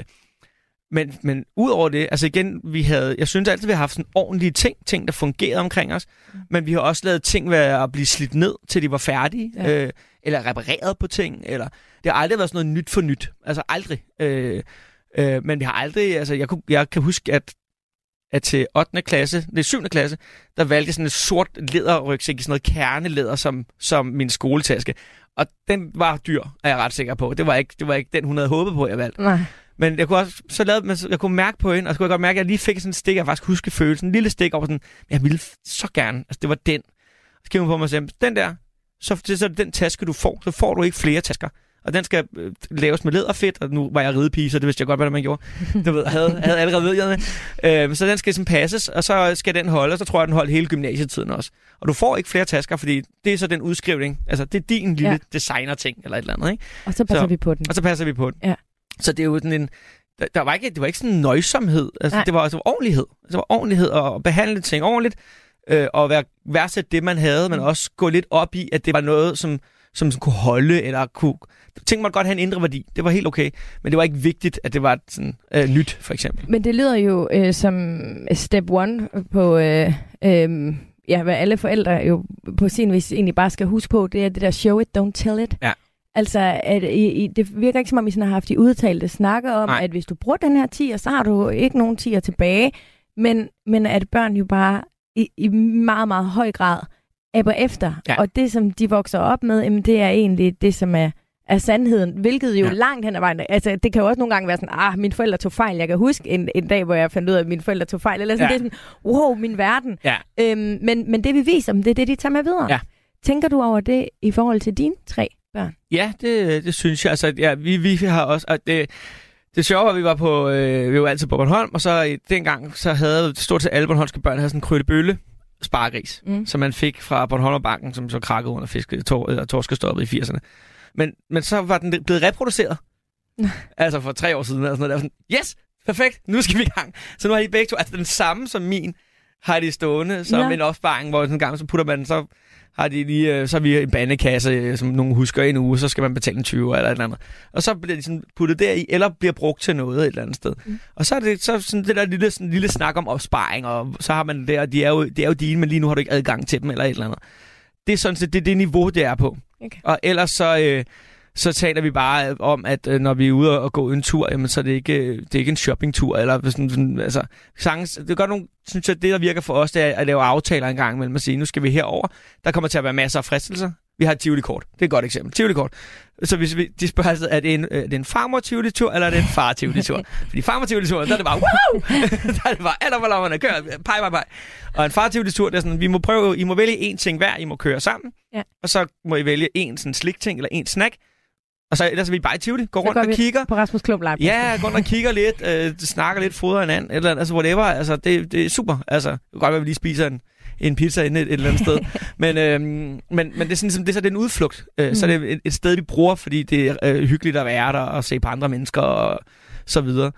[SPEAKER 4] Men ud over det, altså igen, jeg synes altid, vi har haft sådan ordentlige ting, der fungerede omkring os, men vi har også lavet ting ved at blive slidt ned, til de var færdige, eller repareret på ting, eller det har aldrig været sådan noget nyt for nyt. Altså aldrig. Men vi har aldrig, altså jeg kan huske, at til 8. klasse, det er 7. klasse, der valgte jeg sådan et sort læderrygsæk i sådan noget kernelæder som min skoletaske. Og den var dyr, er jeg ret sikker på. Det var ikke den, hun havde håbet på, jeg valgte. Nej. Men jeg kunne også jeg kunne mærke på hende, og så kunne jeg godt mærke, at jeg lige fik sådan en stik, jeg faktisk huske følelsen, en lille stik over sådan, jeg ville så gerne, altså det var den. Så kiggede hun på mig og sagde, den der, så er det den taske, du får. Så får du ikke flere tasker. Og den skal laves med læderfedt, og nu var jeg ridepige, så det vidste jeg godt, hvad man gjorde. Havde allerede ved så den skal sådan passes, og så skal den holde, og så tror jeg, den holdt hele gymnasietiden også. Og du får ikke flere tasker, fordi det er så den udskrivning. Altså, det er din lille designer-ting, eller et eller andet, ikke?
[SPEAKER 3] Og så passer vi på den. Ja.
[SPEAKER 4] Så det er jo sådan en... Det var ikke sådan en nøjsomhed. Altså, det var ordentlighed. Det var ordentlighed og behandle ting ordentligt, og værdsætte det, man havde, men også gå lidt op i, at det var noget, som kunne holde, eller kunne... Ting måtte godt have en indre værdi. Det var helt okay. Men det var ikke vigtigt, at det var sådan nyt, for eksempel.
[SPEAKER 3] Men det lyder jo som step 1 på... hvad alle forældre jo på sin vis egentlig bare skal huske på, det er det der show it, don't tell it. Ja. Altså, det virker ikke som om, I sådan har haft de udtalte snakke om, at hvis du bruger den her 10'er, så har du ikke nogen 10'er tilbage. Men at børn jo bare i meget, meget høj grad æbber efter. Ja. Og det, som de vokser op med, jamen, det er egentlig det, som er af sandheden, hvilket jo langt hen ad vejen. Altså, det kan jo også nogle gange være sådan, mine forældre tog fejl. Jeg kan huske en dag, hvor jeg fandt ud af, at mine forældre tog fejl. Eller sådan, det er sådan, wow, min verden. Ja. Men det vi viser dem, det er det, de tager med videre. Ja. Tænker du over det i forhold til dine 3 børn? Ja,
[SPEAKER 4] det synes jeg. Altså, vi har også... Det sjove var, at vi var på... vi var altid på Bornholm, og så dengang, så havde stort set alle bornholmske børn havde sådan en krøllebølle sparegris, som man fik fra Bornholmerbanken, som så krakkede under torskestoppet i 80'erne. Men så var den blevet reproduceret. Altså for 3 år siden. Eller sådan noget. Der var sådan, yes, perfekt, nu skal vi i gang. Så nu har de begge to, altså den samme som min, har de stående som en opsparing, hvor sådan gang, så putter man, så har de lige, så har vi en bandekasse, som nogen husker i en uge, så skal man betale en 20 eller et eller andet. Og så bliver de sådan puttet deri, eller bliver brugt til noget et eller andet sted. Og så er det så sådan det der lille snak om opsparing, og så har man det, og det er jo dine, men lige nu har du ikke adgang til dem, eller et eller andet. Det er sådan set det niveau, det er på. Okay. Og ellers så taler vi bare om, at når vi er ude og gå en tur, jamen, så er det ikke en shoppingtur, eller sådan altså, det er godt nogle, synes jeg, det der virker for os, det er at lave aftaler en gang imellem og sige, nu skal vi herover. Der kommer til at være masser af fristelser. Vi har et Tivoli-kort. Det er et godt eksempel. Tivoli-kort. Så hvis de spørger altid, er det en farmor-Tivoli-tur, eller er det en far-Tivoli-tur? Fordi farmor-Tivoli-tur, der er det bare, wow! Der er det bare, allerede kører, pej. Og en far-Tivoli-tur, det er sådan, I må vælge én ting hver, I må køre sammen, og så må I vælge én sådan slikting, eller én snack, og så ellers er vi bare i Tivoli, går rundt og kigger.
[SPEAKER 3] På Rasmus Klump Live.
[SPEAKER 4] Ja, går rundt og kigger lidt, snakker lidt, fodrer hinanden, eller altså whatever. Altså, det er super. Altså, det kan godt være, at vi lige spiser en pizza inde et eller andet sted. Men det er sådan, det er så en udflugt. Så er det et sted, vi bruger, fordi det er hyggeligt at være der og se på andre mennesker og så videre.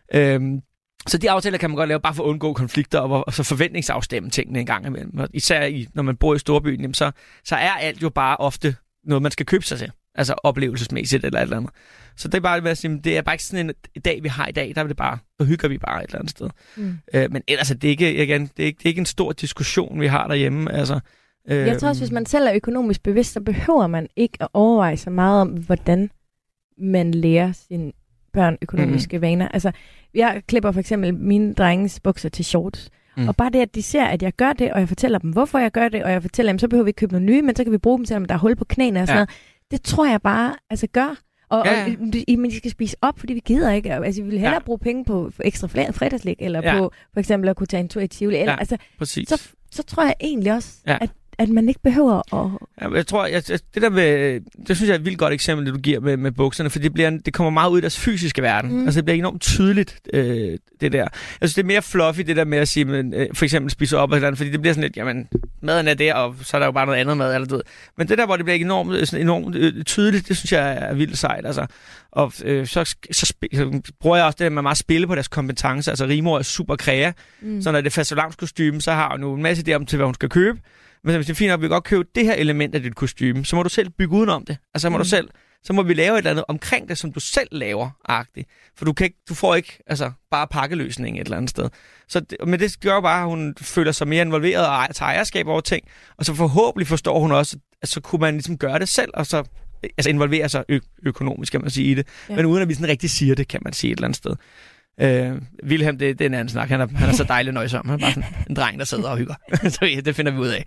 [SPEAKER 4] Så de aftaler kan man godt lave bare for at undgå konflikter og så forventningsafstemme tingene en gang imellem. Og især når man bor i storbyen, jamen, så er alt jo bare ofte noget, man skal købe sig til. Altså oplevelsesmæssigt eller et eller andet. Så det er bare at sige, det er bare ikke sådan en dag, vi har i dag. Der er det bare, så hygger vi bare et eller andet sted. Men ellers er det ikke en stor diskussion, vi har derhjemme. Altså,
[SPEAKER 3] jeg tror også, hvis man selv er økonomisk bevidst, så behøver man ikke at overveje så meget om, hvordan man lærer sine børn økonomiske vaner. Altså, jeg klipper for eksempel mine drenges bukser til shorts. Og bare det, at de ser, at jeg gør det, og jeg fortæller dem, hvorfor jeg gør det, og jeg fortæller dem, så behøver vi ikke købe nogle nye, men så kan vi bruge dem, selvom der er hul på knæene og sådan noget. Det tror jeg bare, altså gør. Men de skal spise op, fordi vi gider ikke. Altså, vi vil hellere bruge penge på ekstra fredagslæg, eller på for eksempel at kunne tage en tur i Tivoli. Eller, altså, så tror jeg egentlig også, at man ikke behøver at...
[SPEAKER 4] Ja, jeg tror, det der med... Det synes jeg er et vildt godt eksempel, det du giver med bukserne, for det kommer meget ud i deres fysiske verden. Altså, det bliver enormt tydeligt, det der. Jeg synes, det er mere fluffy, det der med at sige, for eksempel spise op og sådan, fordi det bliver sådan lidt, jamen, maden er der, og så er der jo bare noget andet mad, eller det. Men det der, hvor det bliver enormt tydeligt, det synes jeg er vildt sejt, altså. Og så bruger jeg også det der med meget at spille på deres kompetencer. Altså, Rimor er super kræa, så når det er fastelavnskostyme, så har hun jo en masse idéer om til, hvad hun skal købe. Men hvis det er fint nok, vi kan godt købe det her element af dit kostyme, så må du selv bygge udenom det. Altså så må vi lave et eller andet omkring det, som du selv laver-agtigt. For du får ikke bare pakkeløsning et eller andet sted. Men det gør bare, at hun føler sig mere involveret og tager ejerskab over ting. Og så forhåbentlig forstår hun også, at så kunne man ligesom gøre det selv, og så involvere sig økonomisk, kan man sige, i det. Ja. Men uden at vi sådan rigtig siger det, kan man sige et eller andet sted. Wilhelm, det er en anden snak. Han er så dejlig nøjsom. Han er bare sådan en dreng, der sidder og hygger. Så det finder vi ud af.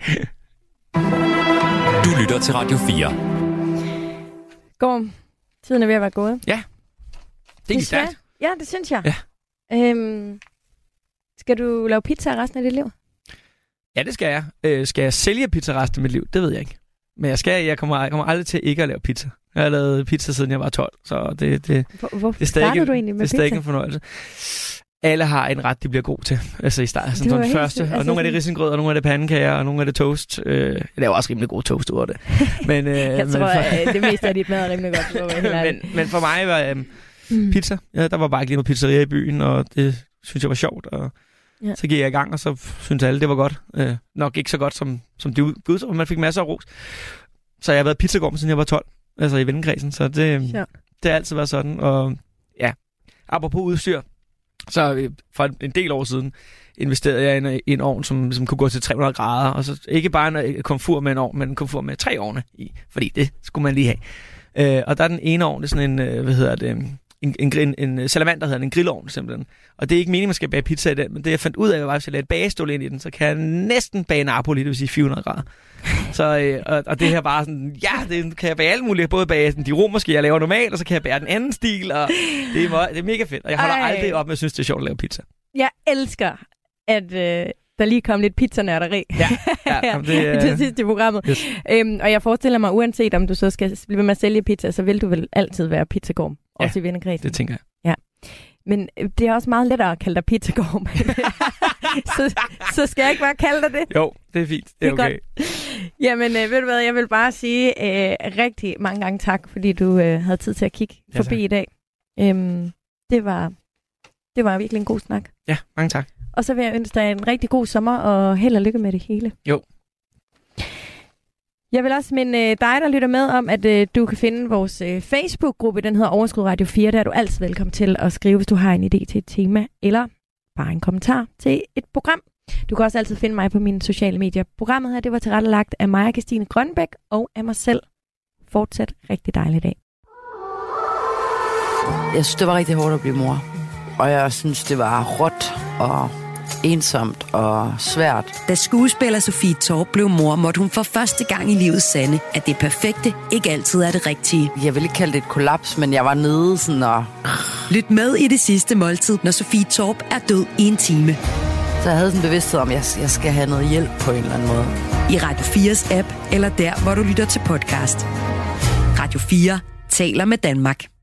[SPEAKER 2] Du lytter til Radio 4.
[SPEAKER 3] Gorm, tiden er ved at være gået.
[SPEAKER 4] Ja. Det er stærkt.
[SPEAKER 3] Ja, det synes jeg.
[SPEAKER 4] Ja.
[SPEAKER 3] Skal du lave pizza resten af dit liv?
[SPEAKER 4] Ja, det skal jeg. Skal jeg sælge pizza resten af mit liv? Det ved jeg ikke. Men jeg kommer aldrig til ikke at lave pizza. Jeg har lavet pizza, siden jeg var 12, så
[SPEAKER 3] Hvorfor startede du egentlig med pizza?
[SPEAKER 4] Det er stadig ikke en fornøjelse. Alle har en ret, de bliver god til. Altså i starten, sådan den første. Og nogle af det risengrød, og nogle af det pandekager, og nogle af det toast. Jeg laver også rimelig god toast ud af det. Men,
[SPEAKER 3] jeg tror, det meste af dit mad er rimelig godt.
[SPEAKER 4] Men for mig var pizza. Ja, der var bare ikke lige noget pizzeria i byen, og det synes jeg var sjovt. Og så gik jeg i gang, og så synes alle, det var godt. Nok ikke så godt, som det ud, og man fik masser af ros. Så jeg har været pizzagorm, siden jeg var 12. Altså i vennekredsen, så det har altid været sådan. Og ja, apropos udstyr, så for en del år siden investerede jeg i en ovn, som kunne gå til 300 grader, og så ikke bare en komfur med en ovn, men en komfur med 3 ovne i, fordi det skulle man lige have. Og der er den ene ovn, det er sådan en salamander, hedder en grillovn simpelthen. Og det er ikke meningen, man skal bage pizza i den, men det jeg fandt ud af, var, at hvis jeg lagde et bagestål ind i den, så kan jeg næsten bage Napoli, det vil sige 400 grader. Så, og det her bare sådan, det kan jeg bage alt muligt. Både bage de romerske, jeg laver normalt, og så kan jeg bære den anden stil, og det er mega fedt. Og jeg holder aldrig op med at synes, det er sjovt at lave pizza.
[SPEAKER 3] Jeg elsker, at der lige kom lidt pizzanørderi til sidst i programmet. Yes. Og jeg forestiller mig, uanset om du så skal blive ved med at sælge pizza, så vil du vel altid være pizzagorm, også i vennekredsen.
[SPEAKER 4] Det tænker jeg.
[SPEAKER 3] Ja. Men det er også meget lettere at kalde dig pizzagorm. så skal jeg ikke bare kalde dig det?
[SPEAKER 4] Jo, det er fint. Det er okay.
[SPEAKER 3] Godt. Jamen, ved du hvad, jeg vil bare sige rigtig mange gange tak, fordi du havde tid til at kigge forbi i dag. Det var virkelig en god snak.
[SPEAKER 4] Ja, mange tak.
[SPEAKER 3] Og så vil jeg ønske dig en rigtig god sommer, og held og lykke med det hele.
[SPEAKER 4] Jo.
[SPEAKER 3] Jeg vil også minde dig, der lytter med, om at du kan finde vores Facebook-gruppe. Den hedder Overskud Radio 4. Der er du altid velkommen til at skrive, hvis du har en idé til et tema, eller bare en kommentar til et program. Du kan også altid finde mig på mine sociale medier. Programmet her, det var tilrettelagt af Maja Christine Grønbæk og af mig selv. Fortsat rigtig dejlig dag.
[SPEAKER 5] Jeg synes, det var rigtig hårdt at blive mor. Og jeg synes, det var råt og ensomt og svært.
[SPEAKER 1] Da skuespiller Sofie Torp blev mor, måtte hun for første gang i livet sande, at det perfekte ikke altid er det rigtige.
[SPEAKER 5] Jeg vil ikke kalde det et kollaps, men jeg var nede sådan og...
[SPEAKER 1] Lyt med i det sidste måltid, når Sofie Torp er død i en time.
[SPEAKER 5] Så jeg havde sådan en bevidsthed om, at jeg skal have noget hjælp på en eller anden måde.
[SPEAKER 1] I Radio 4's app, eller der, hvor du lytter til podcast. Radio 4 taler med Danmark.